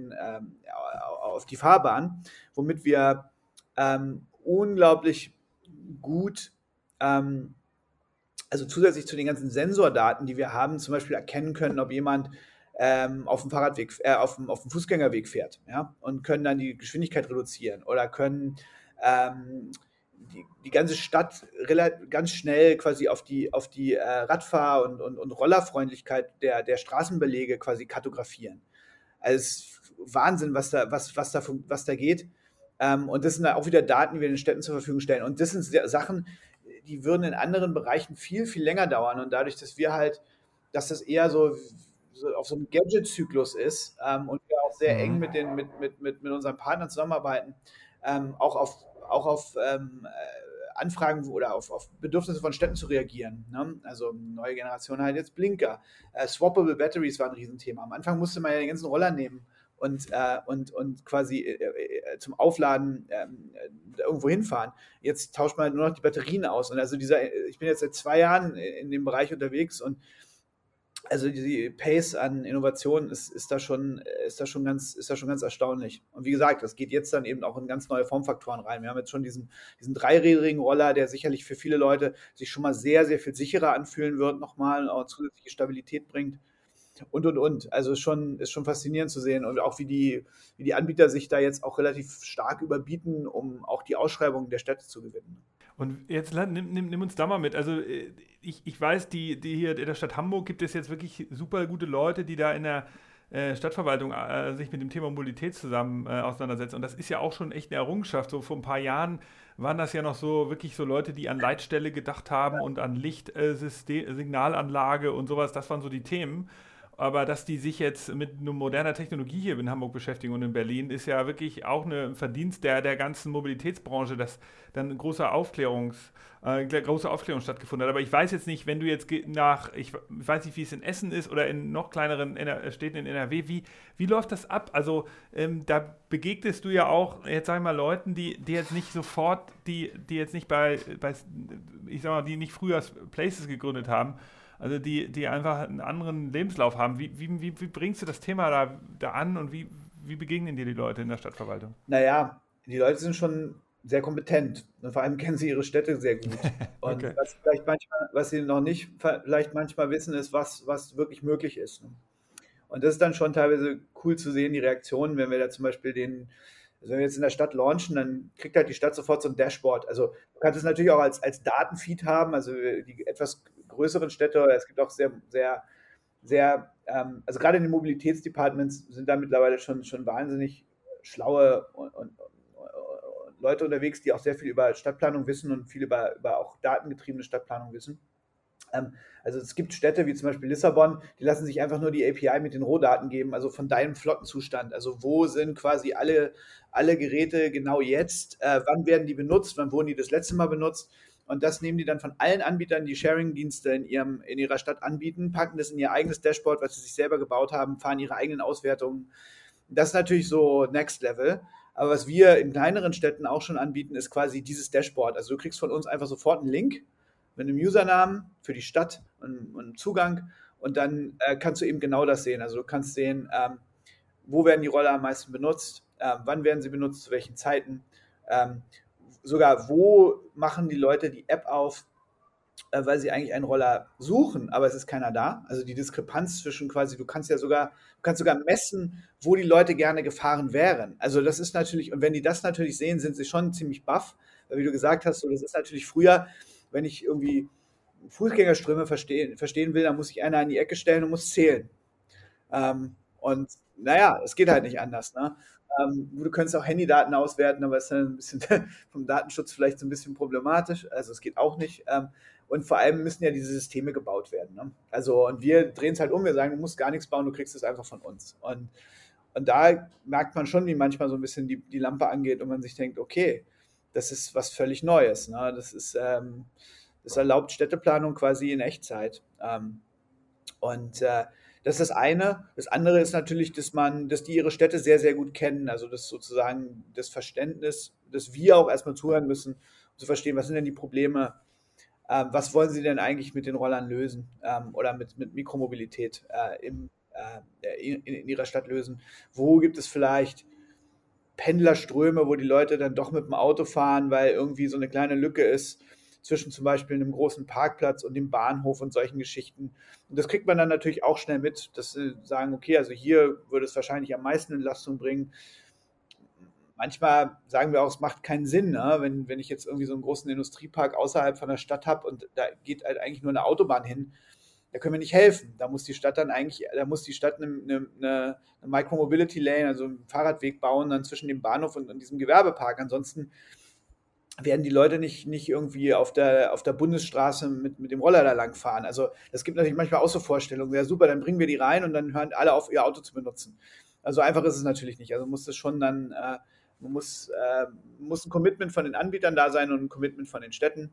die Fahrbahn, womit wir unglaublich gut, also zusätzlich zu den ganzen Sensordaten, die wir haben, zum Beispiel erkennen können, ob jemand auf dem Fahrradweg, auf dem Fußgängerweg fährt, ja, und können dann die Geschwindigkeit reduzieren oder können die ganze Stadt ganz schnell quasi auf die Radfahr- und Rollerfreundlichkeit der Straßenbelege quasi kartografieren. Also es ist Wahnsinn, was da geht. Und das sind dann auch wieder Daten, die wir den Städten zur Verfügung stellen. Und das sind Sachen, die würden in anderen Bereichen viel, viel länger dauern. Und dadurch, dass das eher so auf so einem Gadget-Zyklus ist und wir auch sehr eng mit unseren Partnern zusammenarbeiten, auch auf Anfragen oder auf Bedürfnisse von Städten zu reagieren. Ne? Also neue Generation hat jetzt Blinker. Swappable Batteries war ein Riesenthema. Am Anfang musste man ja den ganzen Roller nehmen und quasi zum Aufladen irgendwo hinfahren. Jetzt tauscht man halt nur noch die Batterien aus. Und also ich bin jetzt seit 2 Jahren in dem Bereich unterwegs und Also die Pace an Innovation ist da schon ganz erstaunlich. Und wie gesagt, das geht jetzt dann eben auch in ganz neue Formfaktoren rein. Wir haben jetzt schon diesen dreirädrigen Roller, der sicherlich für viele Leute sich schon mal sehr, sehr viel sicherer anfühlen wird nochmal und auch zusätzliche Stabilität bringt und. Also ist schon faszinierend zu sehen und auch wie die Anbieter sich da jetzt auch relativ stark überbieten, um auch die Ausschreibungen der Städte zu gewinnen. Und jetzt nimm uns da mal mit. Also ich weiß, die hier in der Stadt Hamburg gibt es jetzt wirklich super gute Leute, die da in der Stadtverwaltung sich mit dem Thema Mobilität zusammen auseinandersetzen. Und das ist ja auch schon echt eine Errungenschaft. So vor ein paar Jahren waren das ja noch so wirklich so Leute, die an Leitstelle gedacht haben und an Lichtsignalanlage und sowas. Das waren so die Themen. Aber dass die sich jetzt mit moderner Technologie hier in Hamburg beschäftigen und in Berlin, ist ja wirklich auch ein Verdienst der ganzen Mobilitätsbranche, dass dann große Aufklärung stattgefunden hat. Aber ich weiß jetzt nicht, wenn du jetzt ich weiß nicht, wie es in Essen ist oder in noch kleineren Städten in NRW, wie läuft das ab? Also da begegnest du ja auch, jetzt sag ich mal, Leuten, die jetzt nicht sofort, die jetzt nicht ich sag mal, die nicht früher Places gegründet haben, also die einfach einen anderen Lebenslauf haben. Wie bringst du das Thema da an und wie begegnen dir die Leute in der Stadtverwaltung? Naja, die Leute sind schon sehr kompetent und vor allem kennen sie ihre Städte sehr gut. Und Okay. was sie noch nicht vielleicht manchmal wissen, ist, was wirklich möglich ist. Ne? Und das ist dann schon teilweise cool zu sehen, die Reaktionen, wenn wir da zum Beispiel also wenn wir jetzt in der Stadt launchen, dann kriegt halt die Stadt sofort so ein Dashboard. Also du kannst es natürlich auch als Datenfeed haben, also die etwas größeren Städte, es gibt auch sehr, sehr, sehr, also gerade in den Mobilitätsdepartments sind da mittlerweile schon wahnsinnig schlaue und Leute unterwegs, die auch sehr viel über Stadtplanung wissen und viel über auch datengetriebene Stadtplanung wissen. Also es gibt Städte wie zum Beispiel Lissabon, die lassen sich einfach nur die API mit den Rohdaten geben, also von deinem Flottenzustand. Also wo sind quasi alle Geräte genau jetzt, wann werden die benutzt, wann wurden die das letzte Mal benutzt. Und das nehmen die dann von allen Anbietern, die Sharing-Dienste in ihrer Stadt anbieten, packen das in ihr eigenes Dashboard, was sie sich selber gebaut haben, fahren ihre eigenen Auswertungen. Das ist natürlich so Next Level. Aber was wir in kleineren Städten auch schon anbieten, ist quasi dieses Dashboard. Also du kriegst von uns einfach sofort einen Link mit einem Usernamen für die Stadt und einem Zugang und dann kannst du eben genau das sehen. Also du kannst sehen, wo werden die Roller am meisten benutzt, wann werden sie benutzt, zu welchen Zeiten, ähm, sogar wo machen die Leute die App auf, weil sie eigentlich einen Roller suchen, aber es ist keiner da. Also die Diskrepanz zwischen quasi, du kannst sogar messen, wo die Leute gerne gefahren wären. Also das ist natürlich, und wenn die das natürlich sehen, sind sie schon ziemlich baff, weil wie du gesagt hast, so, das ist natürlich früher, wenn ich irgendwie Fußgängerströme verstehen will, dann muss ich einer in die Ecke stellen und muss zählen. Und naja, es geht halt nicht anders. Ne? Du könntest auch Handydaten auswerten, aber ist dann ein bisschen vom Datenschutz vielleicht so ein bisschen problematisch. Also es geht auch nicht. Und vor allem müssen ja diese Systeme gebaut werden. Ne? Also, und wir drehen es halt um, wir sagen, du musst gar nichts bauen, du kriegst es einfach von uns. Und da merkt man schon, wie manchmal so ein bisschen die Lampe angeht und man sich denkt, okay, das ist was völlig Neues. Ne? Das erlaubt Städteplanung quasi in Echtzeit. Und das ist das eine. Das andere ist natürlich, dass die ihre Städte sehr, sehr gut kennen. Also das sozusagen das Verständnis, dass wir auch erstmal zuhören müssen, um zu verstehen, was sind denn die Probleme, was wollen sie denn eigentlich mit den Rollern lösen oder mit Mikromobilität in ihrer Stadt lösen. Wo gibt es vielleicht Pendlerströme, wo die Leute dann doch mit dem Auto fahren, weil irgendwie so eine kleine Lücke ist zwischen zum Beispiel einem großen Parkplatz und dem Bahnhof und solchen Geschichten. Und das kriegt man dann natürlich auch schnell mit, dass sie sagen, okay, also hier würde es wahrscheinlich am meisten Entlastung bringen. Manchmal sagen wir auch, es macht keinen Sinn, ne? Wenn ich jetzt irgendwie so einen großen Industriepark außerhalb von der Stadt habe und da geht halt eigentlich nur eine Autobahn hin, da können wir nicht helfen. Da muss die Stadt eine Micromobility Lane, also einen Fahrradweg bauen, dann zwischen dem Bahnhof und diesem Gewerbepark. Ansonsten werden die Leute nicht irgendwie auf der Bundesstraße mit dem Roller da lang fahren. Also das gibt natürlich manchmal auch so Vorstellungen, ja super, dann bringen wir die rein und dann hören alle auf, ihr Auto zu benutzen. Also einfach ist es natürlich nicht. Also muss das schon dann, muss ein Commitment von den Anbietern da sein und ein Commitment von den Städten.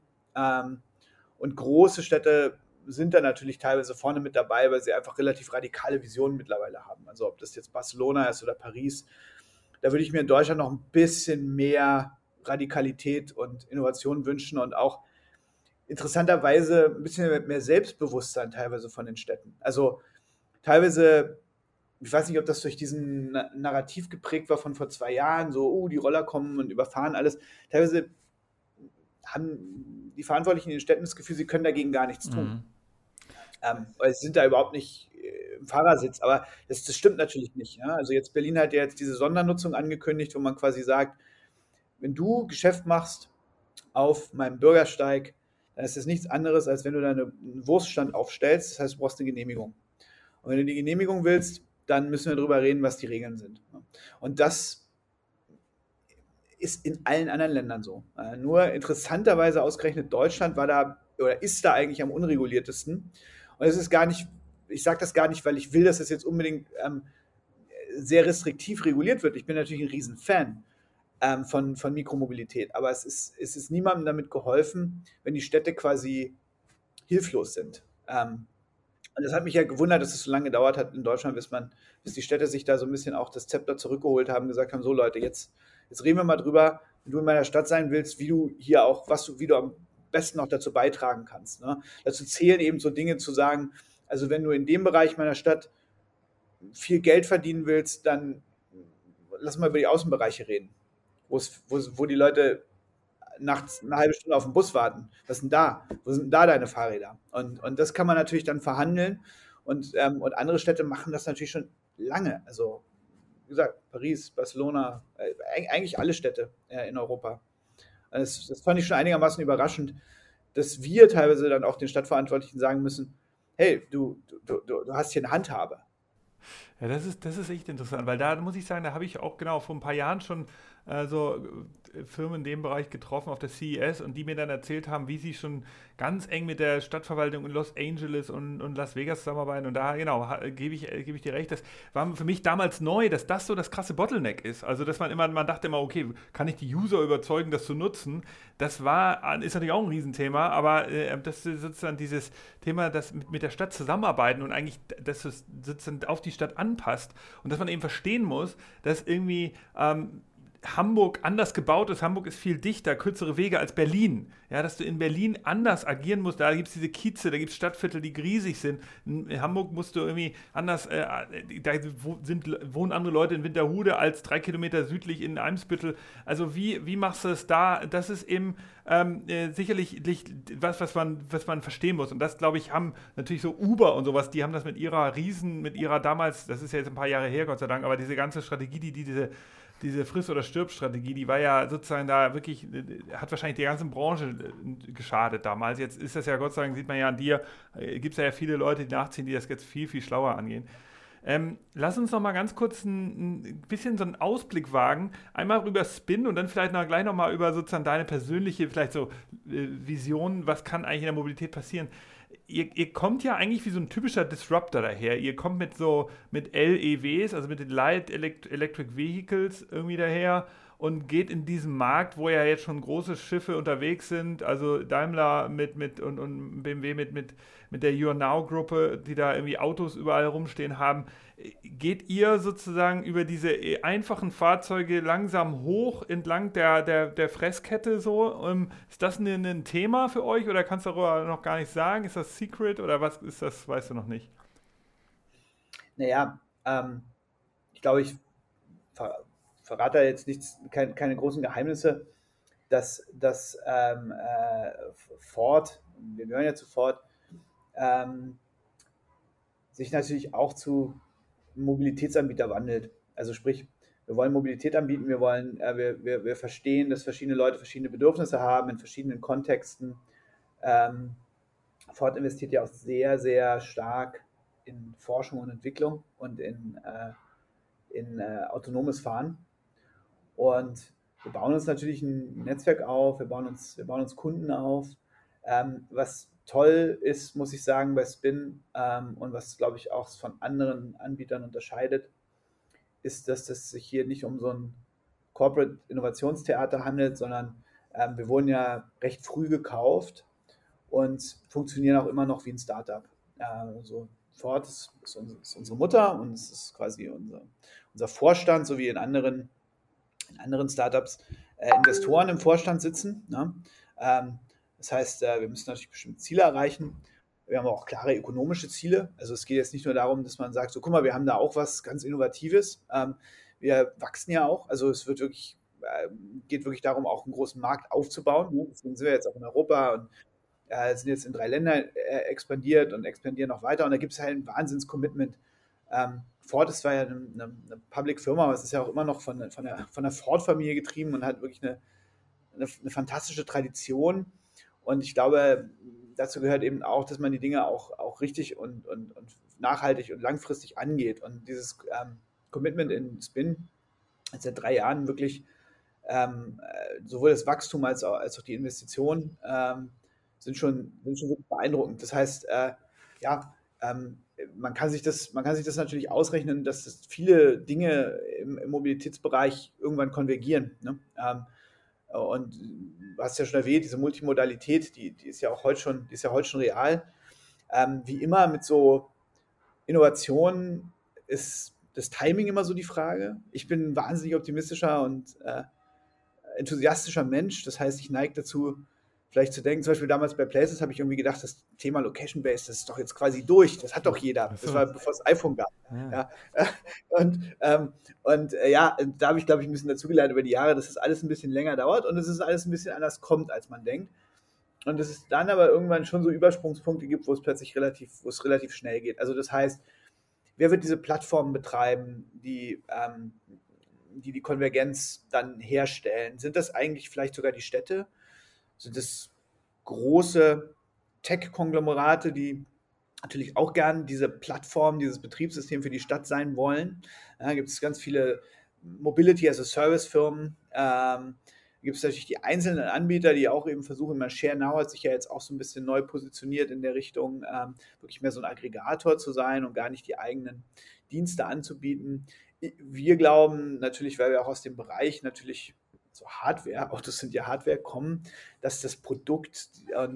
Und große Städte sind da natürlich teilweise vorne mit dabei, weil sie einfach relativ radikale Visionen mittlerweile haben. Also ob das jetzt Barcelona ist oder Paris, da würde ich mir in Deutschland noch ein bisschen mehr Radikalität und Innovation wünschen und auch interessanterweise ein bisschen mehr Selbstbewusstsein teilweise von den Städten. Also teilweise, ich weiß nicht, ob das durch diesen Narrativ geprägt war von vor 2 Jahren, so, die Roller kommen und überfahren alles. Teilweise haben die Verantwortlichen in den Städten das Gefühl, sie können dagegen gar nichts tun. Weil sie sind da überhaupt nicht im Fahrersitz. Aber das stimmt natürlich nicht. Ja? Also jetzt Berlin hat ja jetzt diese Sondernutzung angekündigt, wo man quasi sagt, wenn du Geschäft machst auf meinem Bürgersteig, dann ist das nichts anderes, als wenn du da einen Wurststand aufstellst. Das heißt, du brauchst eine Genehmigung. Und wenn du die Genehmigung willst, dann müssen wir darüber reden, was die Regeln sind. Und das ist in allen anderen Ländern so. Nur interessanterweise ausgerechnet Deutschland war da oder ist da eigentlich am unreguliertesten. Und es ist gar nicht, ich sage das gar nicht, weil ich will, dass das jetzt unbedingt sehr restriktiv reguliert wird. Ich bin natürlich ein Riesenfan von Mikromobilität, aber es ist niemandem damit geholfen, wenn die Städte quasi hilflos sind. Und das hat mich ja gewundert, dass es so lange gedauert hat in Deutschland, bis die Städte sich da so ein bisschen auch das Zepter zurückgeholt haben, gesagt haben, so Leute, jetzt reden wir mal drüber, wenn du in meiner Stadt sein willst, wie du hier auch, wie du am besten noch dazu beitragen kannst. Ne? Dazu zählen eben so Dinge zu sagen, also wenn du in dem Bereich meiner Stadt viel Geld verdienen willst, dann lass mal über die Außenbereiche reden, wo die Leute nachts eine halbe Stunde auf den Bus warten. Was ist denn da? Wo sind denn da deine Fahrräder? Und das kann man natürlich dann verhandeln. Und andere Städte machen das natürlich schon lange. Also, wie gesagt, Paris, Barcelona, eigentlich alle Städte in Europa. Das fand ich schon einigermaßen überraschend, dass wir teilweise dann auch den Stadtverantwortlichen sagen müssen, hey, du hast hier eine Handhabe. Ja, das ist echt interessant, weil da muss ich sagen, da habe ich auch genau vor ein paar Jahren schon Firmen in dem Bereich getroffen auf der CES und die mir dann erzählt haben, wie sie schon ganz eng mit der Stadtverwaltung in Los Angeles und Las Vegas zusammenarbeiten. Und da, genau, gebe ich dir recht, das war für mich damals neu, dass das so das krasse Bottleneck ist. Also, dass man dachte immer, okay, kann ich die User überzeugen, das zu nutzen? Ist natürlich auch ein Riesenthema, aber das ist sozusagen dieses Thema, das mit der Stadt zusammenarbeiten und eigentlich, dass es sozusagen auf die Stadt anpasst und dass man eben verstehen muss, dass irgendwie Hamburg anders gebaut ist. Hamburg ist viel dichter, kürzere Wege als Berlin. Ja, dass du in Berlin anders agieren musst. Da gibt es diese Kieze, da gibt es Stadtviertel, die riesig sind. In Hamburg musst du irgendwie anders, wohnen andere Leute in Winterhude als 3 Kilometer südlich in Eimsbüttel. Also wie machst du es da? Das ist eben sicherlich was man verstehen muss. Und das, glaube ich, haben natürlich so Uber und sowas, die haben das mit ihrer damals, das ist ja jetzt ein paar Jahre her, Gott sei Dank, aber diese ganze Strategie, diese Friss- oder Stirb-Strategie, die war ja sozusagen da wirklich, hat wahrscheinlich die ganze Branche geschadet damals. Jetzt ist das ja, Gott sei Dank, sieht man ja an dir, gibt es ja viele Leute, die nachziehen, die das jetzt viel, viel schlauer angehen. Lass uns noch mal ganz kurz ein bisschen so einen Ausblick wagen. Einmal über Spin und dann vielleicht gleich noch mal über sozusagen deine persönliche, vielleicht so Vision, was kann eigentlich in der Mobilität passieren. Ihr kommt ja eigentlich wie so ein typischer Disruptor daher. Ihr kommt mit LEWs, also mit den Light Electric Vehicles irgendwie daher und geht in diesen Markt, wo ja jetzt schon große Schiffe unterwegs sind, also Daimler und BMW mit der YourNow-Gruppe, die da irgendwie Autos überall rumstehen haben. Geht ihr sozusagen über diese einfachen Fahrzeuge langsam hoch entlang der Fresskette so? Ist das ein Thema für euch oder kannst du darüber noch gar nicht sagen? Ist das Secret oder was ist das, weißt du noch nicht? Naja, ich glaube, ich verrate da jetzt keine großen Geheimnisse, dass Ford, wir gehören ja zu Ford, sich natürlich auch zu Mobilitätsanbieter wandelt. Also sprich, wir wollen Mobilität anbieten, wir verstehen, dass verschiedene Leute verschiedene Bedürfnisse haben in verschiedenen Kontexten. Ford investiert ja auch sehr, sehr stark in Forschung und Entwicklung und in autonomes Fahren. Und wir bauen uns natürlich ein Netzwerk auf, wir bauen uns Kunden auf. Was toll ist, muss ich sagen, bei Spin und was, glaube ich, auch von anderen Anbietern unterscheidet, ist, dass es sich hier nicht um so ein Corporate Innovationstheater handelt, sondern wir wurden ja recht früh gekauft und funktionieren auch immer noch wie ein Startup. Also Ford ist unsere Mutter und es ist quasi unser Vorstand, so wie in anderen Startups Investoren im Vorstand sitzen. Ne? Das heißt, wir müssen natürlich bestimmte Ziele erreichen. Wir haben auch klare ökonomische Ziele. Also es geht jetzt nicht nur darum, dass man sagt, so guck mal, wir haben da auch was ganz Innovatives. Wir wachsen ja auch. Also es geht wirklich darum, auch einen großen Markt aufzubauen. Ne? Deswegen sind wir jetzt auch in Europa und sind jetzt in 3 Ländern expandiert und expandieren noch weiter. Und da gibt es halt ein Wahnsinns-Commitment. Ford ist zwar ja eine Public-Firma, aber es ist ja auch immer noch von der Ford-Familie getrieben und hat wirklich eine fantastische Tradition. Und ich glaube, dazu gehört eben auch, dass man die Dinge auch richtig und nachhaltig und langfristig angeht. Und dieses Commitment in Spin ist seit 3 Jahren wirklich sowohl das Wachstum als auch die Investitionen sind schon wirklich beeindruckend. Das heißt, ja, man kann sich das natürlich ausrechnen, dass das viele Dinge im Mobilitätsbereich irgendwann konvergieren. Ne? Und du hast ja schon erwähnt, diese Multimodalität, die ist ja auch heute schon real. Wie immer mit so Innovationen ist das Timing immer so die Frage. Ich bin ein wahnsinnig optimistischer und enthusiastischer Mensch. Das heißt, ich neige dazu, vielleicht zu denken, zum Beispiel damals bei Places habe ich irgendwie gedacht, das Thema Location-Based, das ist doch jetzt quasi durch. Das hat doch jeder. Das war bevor es iPhone gab. Ja. Ja. Ja, da habe ich, glaube ich, ein bisschen dazugelernt über die Jahre, dass das alles ein bisschen länger dauert und dass es alles ein bisschen anders kommt, als man denkt. Und dass es dann aber irgendwann schon so Übersprungspunkte gibt, wo es plötzlich relativ schnell geht. Also das heißt, wer wird diese Plattformen betreiben, die Konvergenz dann herstellen? Sind das eigentlich vielleicht sogar die Städte? Sind das große Tech-Konglomerate, die natürlich auch gern diese Plattform, dieses Betriebssystem für die Stadt sein wollen? Da gibt es ganz viele Mobility-as-a-Service-Firmen. Gibt es natürlich die einzelnen Anbieter, die auch eben versuchen, Share Now hat sich ja jetzt auch so ein bisschen neu positioniert in der Richtung, wirklich mehr so ein Aggregator zu sein und gar nicht die eigenen Dienste anzubieten. Wir glauben natürlich, weil wir auch aus dem Bereich natürlich so Hardware, Autos sind ja Hardware, kommen, dass das Produkt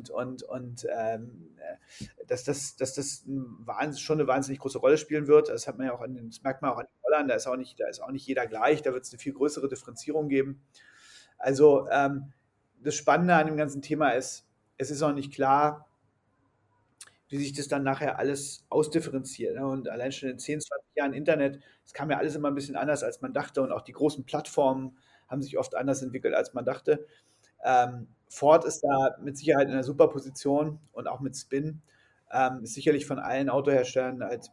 dass das schon eine wahnsinnig große Rolle spielen wird. Das merkt man auch an den Rollern, da ist auch nicht jeder gleich, da wird es eine viel größere Differenzierung geben. Also das Spannende an dem ganzen Thema ist, es ist auch nicht klar, wie sich das dann nachher alles ausdifferenziert. Ne? Und allein schon in 10, 20 Jahren Internet, es kam ja alles immer ein bisschen anders, als man dachte. Und auch die großen Plattformen haben sich oft anders entwickelt, als man dachte. Ford ist da mit Sicherheit in einer super Position und auch mit Spin. Ist sicherlich von allen Autoherstellern als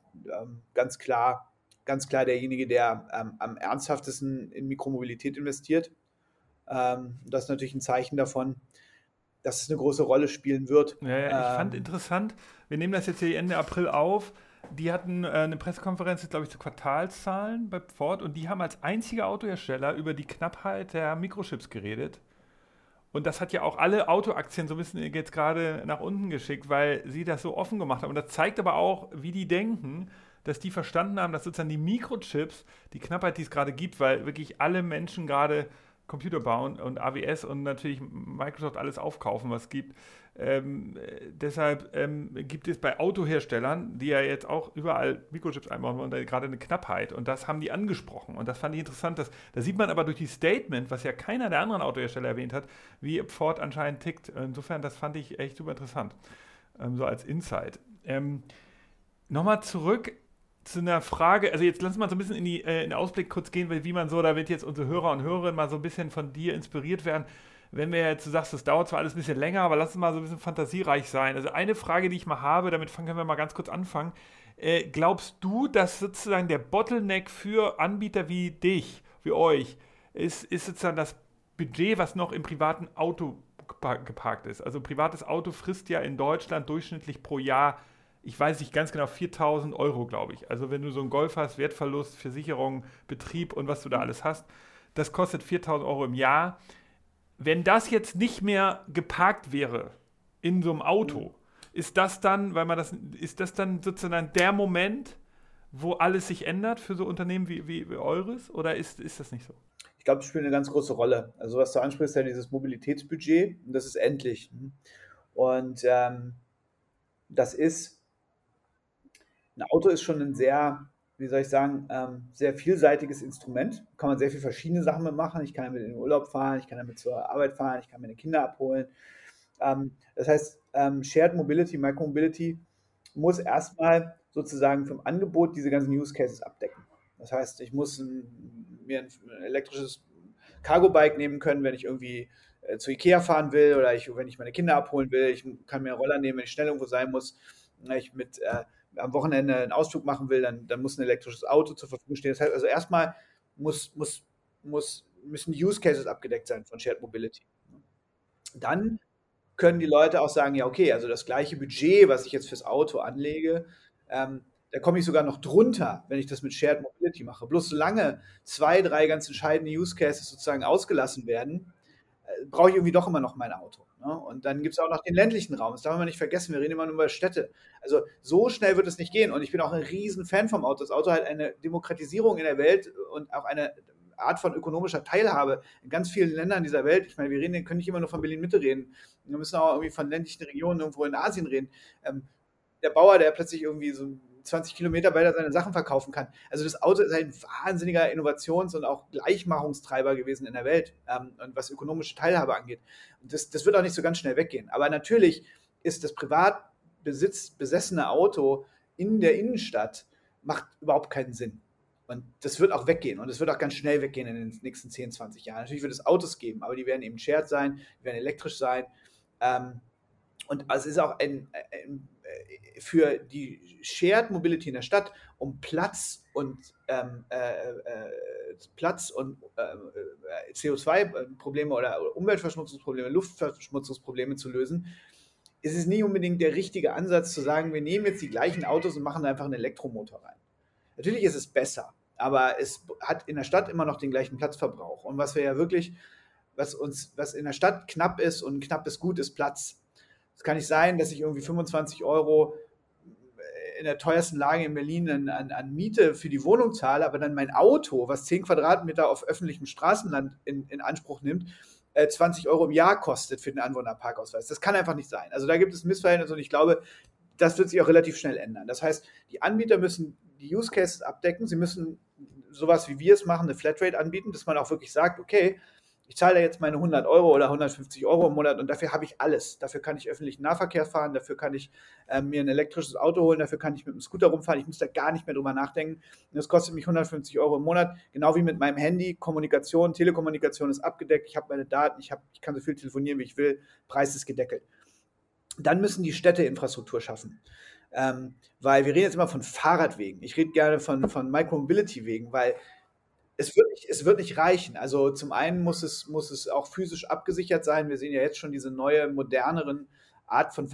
ganz klar derjenige, der am ernsthaftesten in Mikromobilität investiert. Das ist natürlich ein Zeichen davon, dass es eine große Rolle spielen wird. Ja, ich fand interessant, wir nehmen das jetzt hier Ende April auf. Die hatten eine Pressekonferenz, glaube ich, zu Quartalszahlen bei Ford und die haben als einziger Autohersteller über die Knappheit der Mikrochips geredet. Und das hat ja auch alle Autoaktien so ein bisschen jetzt gerade nach unten geschickt, weil sie das so offen gemacht haben. Und das zeigt aber auch, wie die denken, dass die verstanden haben, dass sozusagen die Mikrochips, die Knappheit, die es gerade gibt, weil wirklich alle Menschen gerade Computer bauen und AWS und natürlich Microsoft alles aufkaufen, was es gibt. Deshalb gibt es bei Autoherstellern, die ja jetzt auch überall Mikrochips einbauen wollen, gerade eine Knappheit. Und das haben die angesprochen. Und das fand ich interessant. Da sieht man aber durch die Statement, was ja keiner der anderen Autohersteller erwähnt hat, wie Ford anscheinend tickt. Insofern, das fand ich echt super interessant. So als Insight. Nochmal zurück zu einer Frage, also jetzt lass uns mal so ein bisschen in den Ausblick kurz gehen, wie man so, da wird jetzt unsere Hörer und Hörerinnen mal so ein bisschen von dir inspiriert werden. Wenn wir jetzt, du sagst, das dauert zwar alles ein bisschen länger, aber lass uns mal so ein bisschen fantasiereich sein. Also eine Frage, die ich mal habe, können wir mal ganz kurz anfangen. Glaubst du, dass sozusagen der Bottleneck für Anbieter wie dich, wie euch, ist sozusagen das Budget, was noch im privaten Auto geparkt ist? Also ein privates Auto frisst ja in Deutschland durchschnittlich pro Jahr, ich weiß nicht ganz genau, 4.000 Euro, glaube ich. Also wenn du so einen Golf hast, Wertverlust, Versicherung, Betrieb und was du da alles hast, das kostet 4.000 Euro im Jahr. Wenn das jetzt nicht mehr geparkt wäre in so einem Auto, ist das dann sozusagen der Moment, wo alles sich ändert für so Unternehmen wie eures? Oder ist das nicht so? Ich glaube, das spielt eine ganz große Rolle. Also was du ansprichst, ist ja dieses Mobilitätsbudget und das ist endlich. Und ein Auto ist schon ein sehr, wie soll ich sagen, sehr vielseitiges Instrument. Kann man sehr viele verschiedene Sachen mitmachen. Ich kann damit in den Urlaub fahren, ich kann damit zur Arbeit fahren, ich kann meine Kinder abholen. Das heißt, Shared Mobility, Micromobility muss erstmal sozusagen vom Angebot diese ganzen Use Cases abdecken. Das heißt, ich muss mir ein elektrisches Cargo-Bike nehmen können, wenn ich irgendwie zu Ikea fahren will oder wenn ich meine Kinder abholen will. Ich kann mir einen Roller nehmen, wenn ich schnell irgendwo sein muss. Wenn ich am Wochenende einen Ausflug machen will, dann muss ein elektrisches Auto zur Verfügung stehen. Das heißt also erstmal müssen die Use Cases abgedeckt sein von Shared Mobility. Dann können die Leute auch sagen, ja, okay, also das gleiche Budget, was ich jetzt fürs Auto anlege, da komme ich sogar noch drunter, wenn ich das mit Shared Mobility mache. Bloß solange zwei, drei ganz entscheidende Use Cases sozusagen ausgelassen werden, brauche ich irgendwie doch immer noch mein Auto. Ne? Und dann gibt es auch noch den ländlichen Raum. Das darf man nicht vergessen. Wir reden immer nur über Städte. Also so schnell wird es nicht gehen. Und ich bin auch ein riesen Fan vom Auto. Das Auto hat eine Demokratisierung in der Welt und auch eine Art von ökonomischer Teilhabe in ganz vielen Ländern dieser Welt. Ich meine, können nicht immer nur von Berlin-Mitte reden. Wir müssen auch irgendwie von ländlichen Regionen irgendwo in Asien reden. Der Bauer, der plötzlich irgendwie so 20 Kilometer weiter seine Sachen verkaufen kann. Also das Auto ist ein wahnsinniger Innovations- und auch Gleichmachungstreiber gewesen in der Welt, und was ökonomische Teilhabe angeht. Und das wird auch nicht so ganz schnell weggehen. Aber natürlich ist das besessene Auto in der Innenstadt macht überhaupt keinen Sinn. Und das wird auch weggehen. Und es wird auch ganz schnell weggehen in den nächsten 10, 20 Jahren. Natürlich wird es Autos geben, aber die werden eben shared sein, die werden elektrisch sein. Und es ist auch für die Shared Mobility in der Stadt, um Platz und CO2-Probleme oder Umweltverschmutzungsprobleme, Luftverschmutzungsprobleme zu lösen, ist es nicht unbedingt der richtige Ansatz zu sagen, wir nehmen jetzt die gleichen Autos und machen da einfach einen Elektromotor rein. Natürlich ist es besser, aber es hat in der Stadt immer noch den gleichen Platzverbrauch. Und was in der Stadt knapp ist und knapp ist gut, ist Platz. Es kann nicht sein, dass ich irgendwie 25 Euro in der teuersten Lage in Berlin an Miete für die Wohnung zahle, aber dann mein Auto, was 10 Quadratmeter auf öffentlichem Straßenland in Anspruch nimmt, 20 Euro im Jahr kostet für den Anwohnerparkausweis. Das kann einfach nicht sein. Also da gibt es Missverhältnisse und ich glaube, das wird sich auch relativ schnell ändern. Das heißt, die Anbieter müssen die Use Cases abdecken. Sie müssen sowas, wie wir es machen, eine Flatrate anbieten, dass man auch wirklich sagt, okay, ich zahle jetzt meine 100 Euro oder 150 Euro im Monat und dafür habe ich alles. Dafür kann ich öffentlichen Nahverkehr fahren, dafür kann ich mir ein elektrisches Auto holen, dafür kann ich mit dem Scooter rumfahren. Ich muss da gar nicht mehr drüber nachdenken. Und das kostet mich 150 Euro im Monat, genau wie mit meinem Handy. Telekommunikation ist abgedeckt, ich habe meine Daten, ich kann so viel telefonieren, wie ich will, Preis ist gedeckelt. Dann müssen die Städte Infrastruktur schaffen. Weil wir reden jetzt immer von Fahrradwegen. Ich rede gerne von Micromobility-Wegen, weil es wird nicht reichen. Also zum einen muss es auch physisch abgesichert sein. Wir sehen ja jetzt schon diese neue, moderneren Art von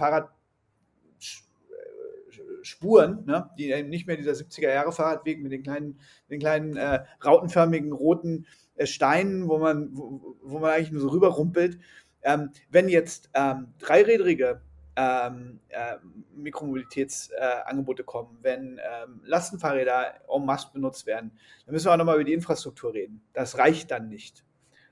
Fahrradspuren, ne? Die eben nicht mehr dieser 70er-Jahre-Fahrradweg mit den kleinen rautenförmigen roten Steinen, wo man eigentlich nur so rüberrumpelt. Wenn jetzt dreirädrige Mikromobilitätsangebote kommen, wenn Lastenfahrräder en masse benutzt werden, dann müssen wir auch nochmal über die Infrastruktur reden. Das reicht dann nicht.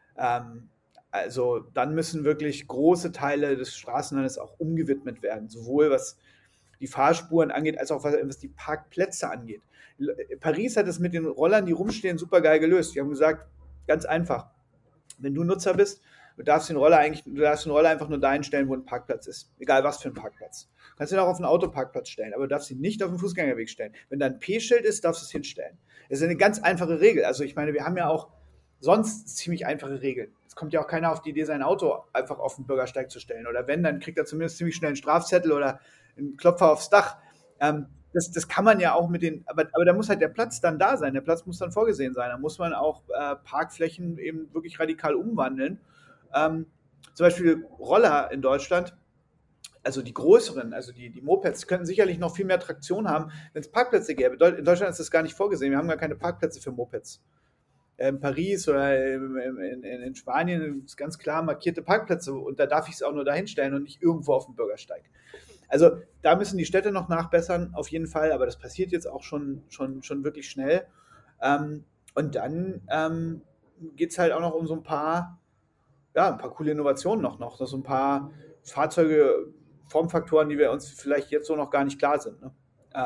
Also dann müssen wirklich große Teile des Straßenlandes auch umgewidmet werden, sowohl was die Fahrspuren angeht, als auch was die Parkplätze angeht. Paris hat es mit den Rollern, die rumstehen, super geil gelöst. Die haben gesagt, ganz einfach, wenn du Nutzer bist, du darfst den Roller einfach nur dahin stellen, wo ein Parkplatz ist. Egal was für ein Parkplatz. Du kannst ihn auch auf einen Autoparkplatz stellen, aber du darfst ihn nicht auf den Fußgängerweg stellen. Wenn da ein P-Schild ist, darfst du es hinstellen. Das ist eine ganz einfache Regel. Also ich meine, wir haben ja auch sonst ziemlich einfache Regeln. Es kommt ja auch keiner auf die Idee, sein Auto einfach auf den Bürgersteig zu stellen. Oder wenn, dann kriegt er zumindest ziemlich schnell einen Strafzettel oder einen Klopfer aufs Dach. Das kann man ja auch aber da muss halt der Platz dann da sein. Der Platz muss dann vorgesehen sein. Da muss man auch Parkflächen eben wirklich radikal umwandeln. Zum Beispiel Roller in Deutschland, also die größeren, also die Mopeds, könnten sicherlich noch viel mehr Traktion haben, wenn es Parkplätze gäbe. In Deutschland ist das gar nicht vorgesehen. Wir haben gar keine Parkplätze für Mopeds. In Paris oder in Spanien sind ganz klar markierte Parkplätze und da darf ich es auch nur dahin stellen und nicht irgendwo auf dem Bürgersteig. Also da müssen die Städte noch nachbessern, auf jeden Fall, aber das passiert jetzt auch schon wirklich schnell. Und dann geht es halt auch noch um so ein paar coole Innovationen noch so ein paar Fahrzeuge, Formfaktoren, die wir uns vielleicht jetzt so noch gar nicht klar sind. Ne?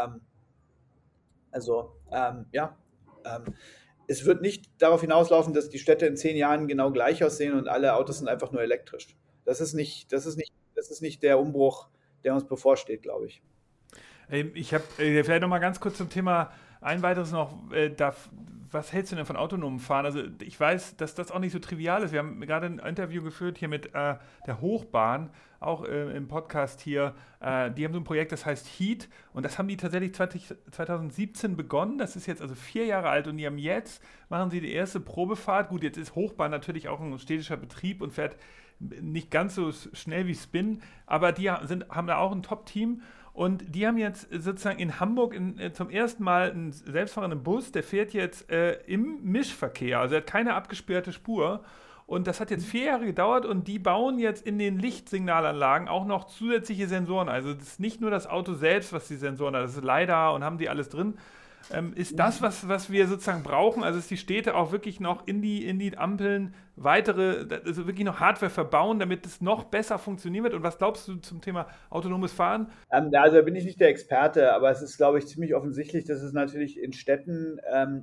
Es wird nicht darauf hinauslaufen, dass die Städte in 10 Jahren genau gleich aussehen und alle Autos sind einfach nur elektrisch. Das ist nicht das ist nicht der Umbruch, der uns bevorsteht, glaube ich. Ich habe vielleicht noch mal ganz kurz zum Thema ein weiteres noch. Was hältst du denn von autonomem Fahren? Also ich weiß, dass das auch nicht so trivial ist. Wir haben gerade ein Interview geführt hier mit der Hochbahn, auch im Podcast hier. Die haben so ein Projekt, das heißt Heat, und das haben die tatsächlich 2017 begonnen. Das ist jetzt also 4 Jahre alt, und machen sie die erste Probefahrt. Gut, jetzt ist Hochbahn natürlich auch ein städtischer Betrieb und fährt nicht ganz so schnell wie Spin, aber haben da auch ein Top-Team. Und die haben jetzt sozusagen in Hamburg zum ersten Mal einen selbstfahrenden Bus, der fährt jetzt im Mischverkehr, also er hat keine abgesperrte Spur. Und das hat jetzt 4 Jahre gedauert, und die bauen jetzt in den Lichtsignalanlagen auch noch zusätzliche Sensoren. Also das ist nicht nur das Auto selbst, was die Sensoren hat, das ist LiDAR und haben die alles drin. Ist das, was wir sozusagen brauchen? Also, dass die Städte auch wirklich noch in die Ampeln also wirklich noch Hardware verbauen, damit es noch besser funktionieren wird? Und was glaubst du zum Thema autonomes Fahren? Also bin ich nicht der Experte, aber es ist, glaube ich, ziemlich offensichtlich, dass es natürlich in Städten,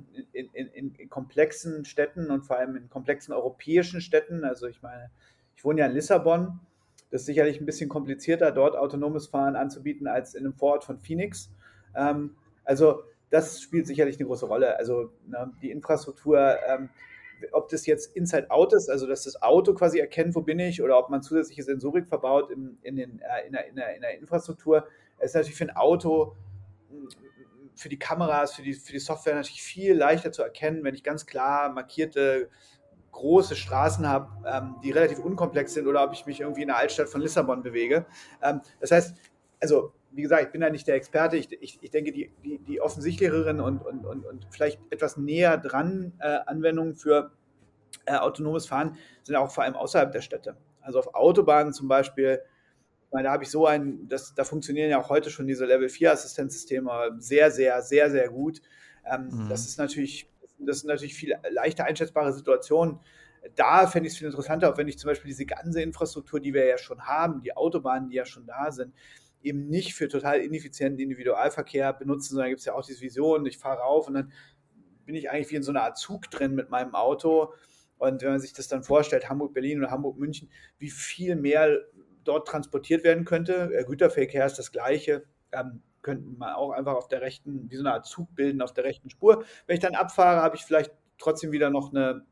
in komplexen Städten und vor allem in komplexen europäischen Städten, also ich meine, ich wohne ja in Lissabon, das ist sicherlich ein bisschen komplizierter, dort autonomes Fahren anzubieten, als in einem Vorort von Phoenix. Also das spielt sicherlich eine große Rolle. Also die Infrastruktur, ob das jetzt Inside-Out ist, also dass das Auto quasi erkennt, wo bin ich, oder ob man zusätzliche Sensorik verbaut in der Infrastruktur, ist natürlich für ein Auto, für die Kameras, für die Software natürlich viel leichter zu erkennen, wenn ich ganz klar markierte große Straßen habe, die relativ unkomplex sind, oder ob ich mich irgendwie in der Altstadt von Lissabon bewege. Das heißt, also wie gesagt, ich bin da nicht der Experte. Ich denke, die offensichtlicheren und vielleicht etwas näher dran Anwendungen für autonomes Fahren sind auch vor allem außerhalb der Städte. Also auf Autobahnen zum Beispiel, ich meine, da habe ich da funktionieren ja auch heute schon diese Level-4-Assistenzsysteme sehr, sehr, sehr, sehr gut. Das sind natürlich viel leichter einschätzbare Situationen. Da fände ich es viel interessanter, auch wenn ich zum Beispiel diese ganze Infrastruktur, die wir ja schon haben, die Autobahnen, die ja schon da sind, eben nicht für total ineffizienten Individualverkehr benutzen, sondern gibt es ja auch diese Vision, ich fahre rauf und dann bin ich eigentlich wie in so einer Art Zug drin mit meinem Auto. Und wenn man sich das dann vorstellt, Hamburg-Berlin oder Hamburg-München, wie viel mehr dort transportiert werden könnte. Güterverkehr ist das Gleiche. Könnten man auch einfach auf der rechten, wie so eine Art Zug bilden auf der rechten Spur. Wenn ich dann abfahre, habe ich vielleicht trotzdem wieder noch nur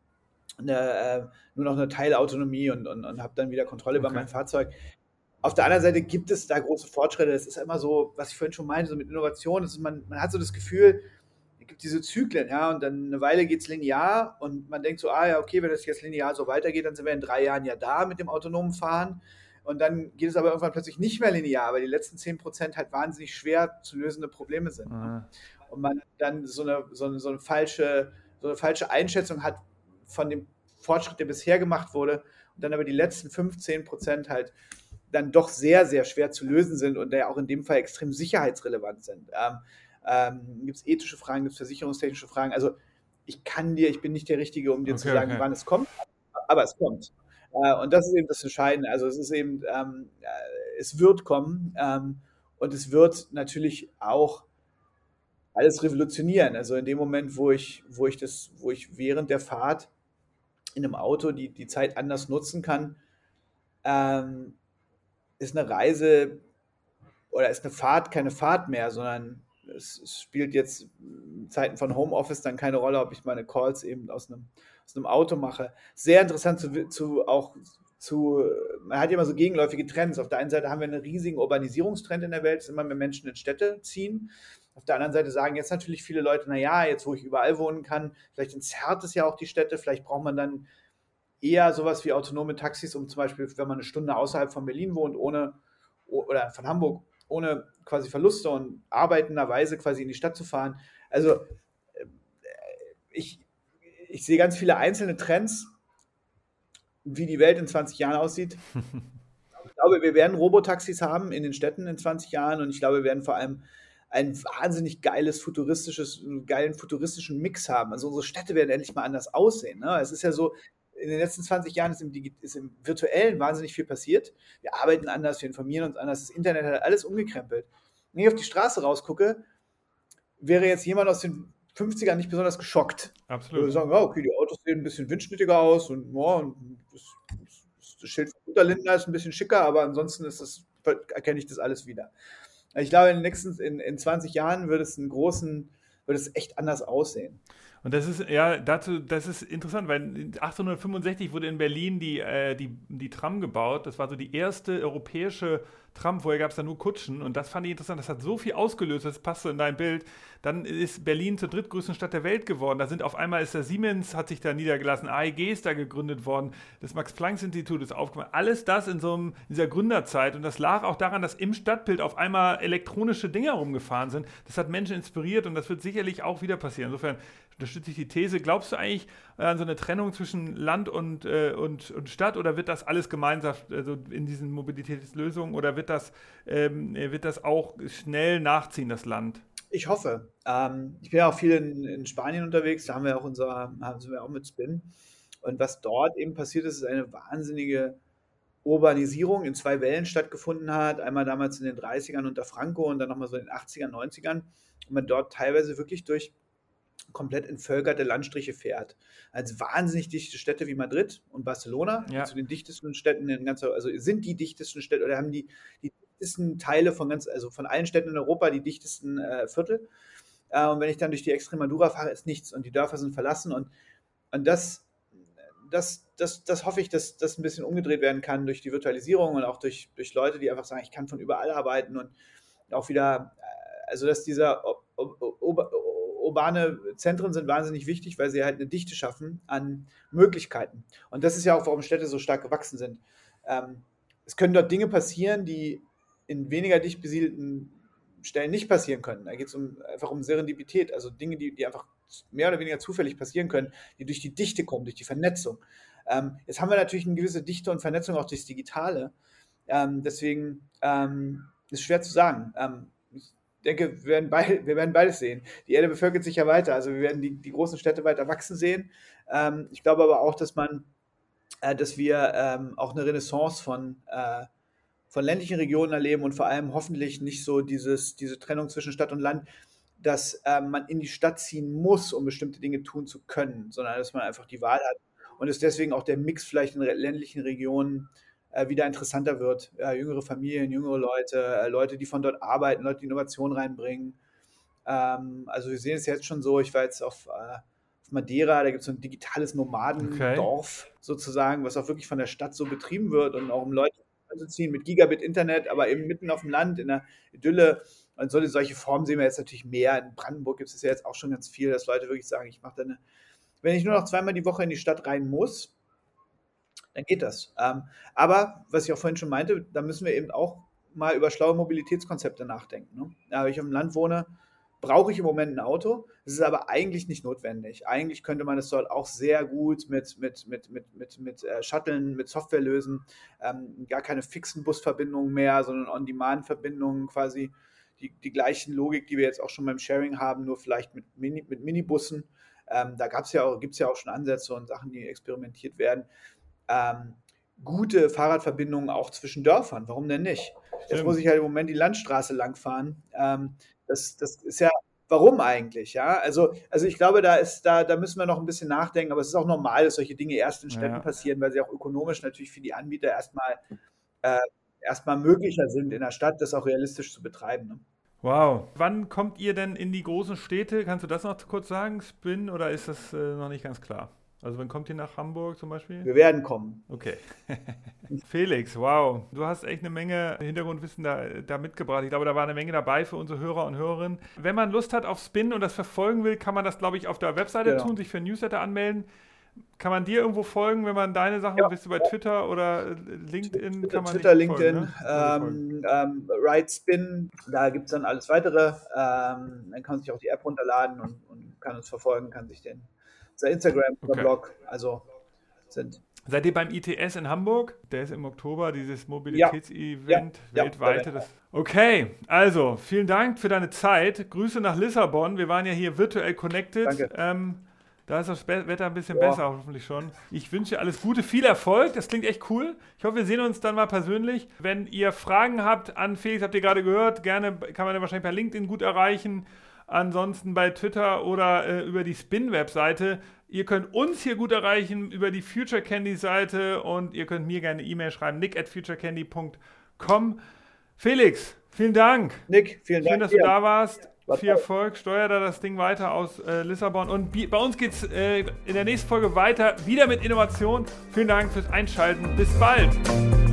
noch eine Teilautonomie und habe dann wieder Kontrolle über mein Fahrzeug. Auf der anderen Seite gibt es da große Fortschritte. Das ist immer so, was ich vorhin schon meinte, so mit Innovation. Man hat so das Gefühl, es gibt diese Zyklen, ja, und dann eine Weile geht es linear und man denkt so, ja, okay, wenn das jetzt linear so weitergeht, dann sind wir in 3 Jahren ja da mit dem autonomen Fahren. Und dann geht es aber irgendwann plötzlich nicht mehr linear, weil die letzten 10% halt wahnsinnig schwer zu lösende Probleme sind. Und man dann so eine falsche Einschätzung hat von dem Fortschritt, der bisher gemacht wurde, und dann aber die letzten 15% halt dann doch sehr, sehr schwer zu lösen sind und der auch in dem Fall extrem sicherheitsrelevant sind. Gibt es ethische Fragen, gibt es versicherungstechnische Fragen? Also ich bin nicht der Richtige, um dir zu sagen, wann es kommt, aber es kommt. Und das ist eben das Entscheidende. Also es ist eben, es wird kommen, und es wird natürlich auch alles revolutionieren. Also in dem Moment, wo ich während der Fahrt in einem Auto die Zeit anders nutzen kann, ist eine Reise oder ist eine Fahrt keine Fahrt mehr, sondern es spielt jetzt in Zeiten von Homeoffice dann keine Rolle, ob ich meine Calls eben aus einem Auto mache. Sehr interessant man hat ja immer so gegenläufige Trends. Auf der einen Seite haben wir einen riesigen Urbanisierungstrend in der Welt, dass immer mehr Menschen in Städte ziehen. Auf der anderen Seite sagen jetzt natürlich viele Leute, naja, jetzt wo ich überall wohnen kann, vielleicht entzerrt es ja auch die Städte, vielleicht braucht man dann eher sowas wie autonome Taxis, um zum Beispiel, wenn man eine Stunde außerhalb von Berlin wohnt, oder von Hamburg, ohne quasi Verluste und arbeitenderweise quasi in die Stadt zu fahren. Also ich sehe ganz viele einzelne Trends, wie die Welt in 20 Jahren aussieht. Ich glaube, wir werden Robotaxis haben in den Städten in 20 Jahren, und ich glaube, wir werden vor allem einen wahnsinnig geilen futuristischen Mix haben. Also unsere Städte werden endlich mal anders aussehen. Ne? Es ist ja so, in den letzten 20 Jahren ist im Virtuellen wahnsinnig viel passiert. Wir arbeiten anders, wir informieren uns anders. Das Internet hat alles umgekrempelt. Wenn ich auf die Straße rausgucke, wäre jetzt jemand aus den 50ern nicht besonders geschockt. Absolut. Wir sagen, ja, okay, die Autos sehen ein bisschen windschnittiger aus und das Schild von Unterlinder ist ein bisschen schicker, aber ansonsten erkenne ich das alles wieder. Ich glaube, in 20 Jahren wird es echt anders aussehen. Und das ist das ist interessant, weil 1865 wurde in Berlin die Tram gebaut. Das war so die erste europäische Tram. Vorher gab es da nur Kutschen und das fand ich interessant. Das hat so viel ausgelöst, das passt so in dein Bild. Dann ist Berlin zur drittgrößten Stadt der Welt geworden. Ist der Siemens hat sich da niedergelassen, AEG ist da gegründet worden, das Max-Planck-Institut ist aufgemacht. Alles das in dieser Gründerzeit und das lag auch daran, dass im Stadtbild auf einmal elektronische Dinge rumgefahren sind. Das hat Menschen inspiriert und das wird sicherlich auch wieder passieren. Insofern unterstütze ich die These. Glaubst du eigentlich an so eine Trennung zwischen Land und Stadt oder wird das alles gemeinsam in diesen Mobilitätslösungen oder wird das auch schnell nachziehen, das Land? Ich hoffe. Ich bin ja auch viel in Spanien unterwegs, da sind wir auch mit Spin. Und was dort eben passiert ist, ist eine wahnsinnige Urbanisierung in 2 Wellen stattgefunden hat. Einmal damals in den 30ern unter Franco und dann nochmal so in den 80ern, 90ern. Und man dort teilweise wirklich durch komplett entvölkerte Landstriche fährt. Als wahnsinnig dichte Städte wie Madrid und Barcelona, die zu den dichtesten Städten also sind die dichtesten Städte oder haben die dichtesten Teile also von allen Städten in Europa die dichtesten Viertel. Und wenn ich dann durch die Extremadura fahre, ist nichts und die Dörfer sind verlassen und das hoffe ich, dass das ein bisschen umgedreht werden kann durch die Virtualisierung und auch durch Leute, die einfach sagen, ich kann von überall arbeiten und auch wieder, also dass dieser urbane Zentren sind wahnsinnig wichtig, weil sie halt eine Dichte schaffen an Möglichkeiten. Und das ist ja auch, warum Städte so stark gewachsen sind. Es können dort Dinge passieren, die in weniger dicht besiedelten Stellen nicht passieren können. Da geht es einfach um Serendipität, also Dinge, die einfach mehr oder weniger zufällig passieren können, die durch die Dichte kommen, durch die Vernetzung. Jetzt haben wir natürlich eine gewisse Dichte und Vernetzung auch durchs Digitale. Deswegen ist schwer zu sagen. Ich denke, wir werden beides sehen. Die Erde bevölkert sich ja weiter, also wir werden die großen Städte weiter wachsen sehen. Ich glaube aber auch, dass wir auch eine Renaissance von ländlichen Regionen erleben und vor allem hoffentlich nicht so diese Trennung zwischen Stadt und Land, dass man in die Stadt ziehen muss, um bestimmte Dinge tun zu können, sondern dass man einfach die Wahl hat und dass deswegen auch der Mix vielleicht in ländlichen Regionen wieder interessanter wird. Jüngere Familien, jüngere Leute, Leute, die von dort arbeiten, Leute, die Innovation reinbringen. Also wir sehen es jetzt schon so, ich war jetzt auf Madeira, da gibt es so ein digitales Nomadendorf sozusagen, was auch wirklich von der Stadt so betrieben wird und auch um Leute zu ziehen mit Gigabit-Internet, aber eben mitten auf dem Land, in der Idylle. Und solche Formen sehen wir jetzt natürlich mehr. In Brandenburg gibt es ja jetzt auch schon ganz viel, dass Leute wirklich sagen, wenn ich nur noch 2-mal die Woche in die Stadt rein muss, dann geht das. Aber, was ich auch vorhin schon meinte, da müssen wir eben auch mal über schlaue Mobilitätskonzepte nachdenken. Ne? Ja, wenn ich im Land wohne, brauche ich im Moment ein Auto. Das ist aber eigentlich nicht notwendig. Eigentlich könnte man es dort auch sehr gut mit Shuttlen, mit Software lösen. Gar keine fixen Busverbindungen mehr, sondern On-Demand-Verbindungen quasi. Die gleichen Logik, die wir jetzt auch schon beim Sharing haben, nur vielleicht mit Minibussen. Da gibt es ja auch schon Ansätze und Sachen, die experimentiert werden. Gute Fahrradverbindungen auch zwischen Dörfern. Warum denn nicht? Jetzt muss ich halt im Moment die Landstraße langfahren. Das ist ja, warum eigentlich? Ja, also ich glaube, da müssen wir noch ein bisschen nachdenken, aber es ist auch normal, dass solche Dinge erst in Städten passieren, weil sie auch ökonomisch natürlich für die Anbieter erstmal möglicher sind, in der Stadt das auch realistisch zu betreiben. Ne? Wow. Wann kommt ihr denn in die großen Städte? Kannst du das noch kurz sagen, Spin, oder ist das noch nicht ganz klar? Also wann kommt ihr nach Hamburg zum Beispiel? Wir werden kommen. Okay. Felix, wow. Du hast echt eine Menge Hintergrundwissen da mitgebracht. Ich glaube, da war eine Menge dabei für unsere Hörer und Hörerinnen. Wenn man Lust hat auf Spin und das verfolgen will, kann man das, glaube ich, auf der Webseite tun, sich für ein Newsletter anmelden. Kann man dir irgendwo folgen, wenn man deine Sachen, bist du bei Twitter oder LinkedIn? Kann man Twitter, LinkedIn, Right Spin, da gibt es dann alles weitere. Dann kann man sich auch die App runterladen und kann uns verfolgen, kann sich unser Instagram, unser Blog, also sind. Seid ihr beim ITS in Hamburg? Der ist im Oktober, dieses Mobilitätsevent weltweit. Okay, also vielen Dank für deine Zeit. Grüße nach Lissabon. Wir waren ja hier virtuell connected. Danke. Da ist das Wetter ein bisschen besser, hoffentlich schon. Ich wünsche dir alles Gute, viel Erfolg. Das klingt echt cool. Ich hoffe, wir sehen uns dann mal persönlich. Wenn ihr Fragen habt an Felix, habt ihr gerade gehört, gerne kann man den wahrscheinlich per LinkedIn gut erreichen. Ansonsten bei Twitter oder über die Spin-Webseite. Ihr könnt uns hier gut erreichen über die Future Candy-Seite und ihr könnt mir gerne eine E-Mail schreiben, nick@futurecandy.com. Felix, vielen Dank. Nick, vielen Dank. Schön, dass du da warst. Viel Erfolg, steuer da das Ding weiter aus Lissabon. Und bei uns geht es in der nächsten Folge weiter, wieder mit Innovation. Vielen Dank fürs Einschalten. Bis bald.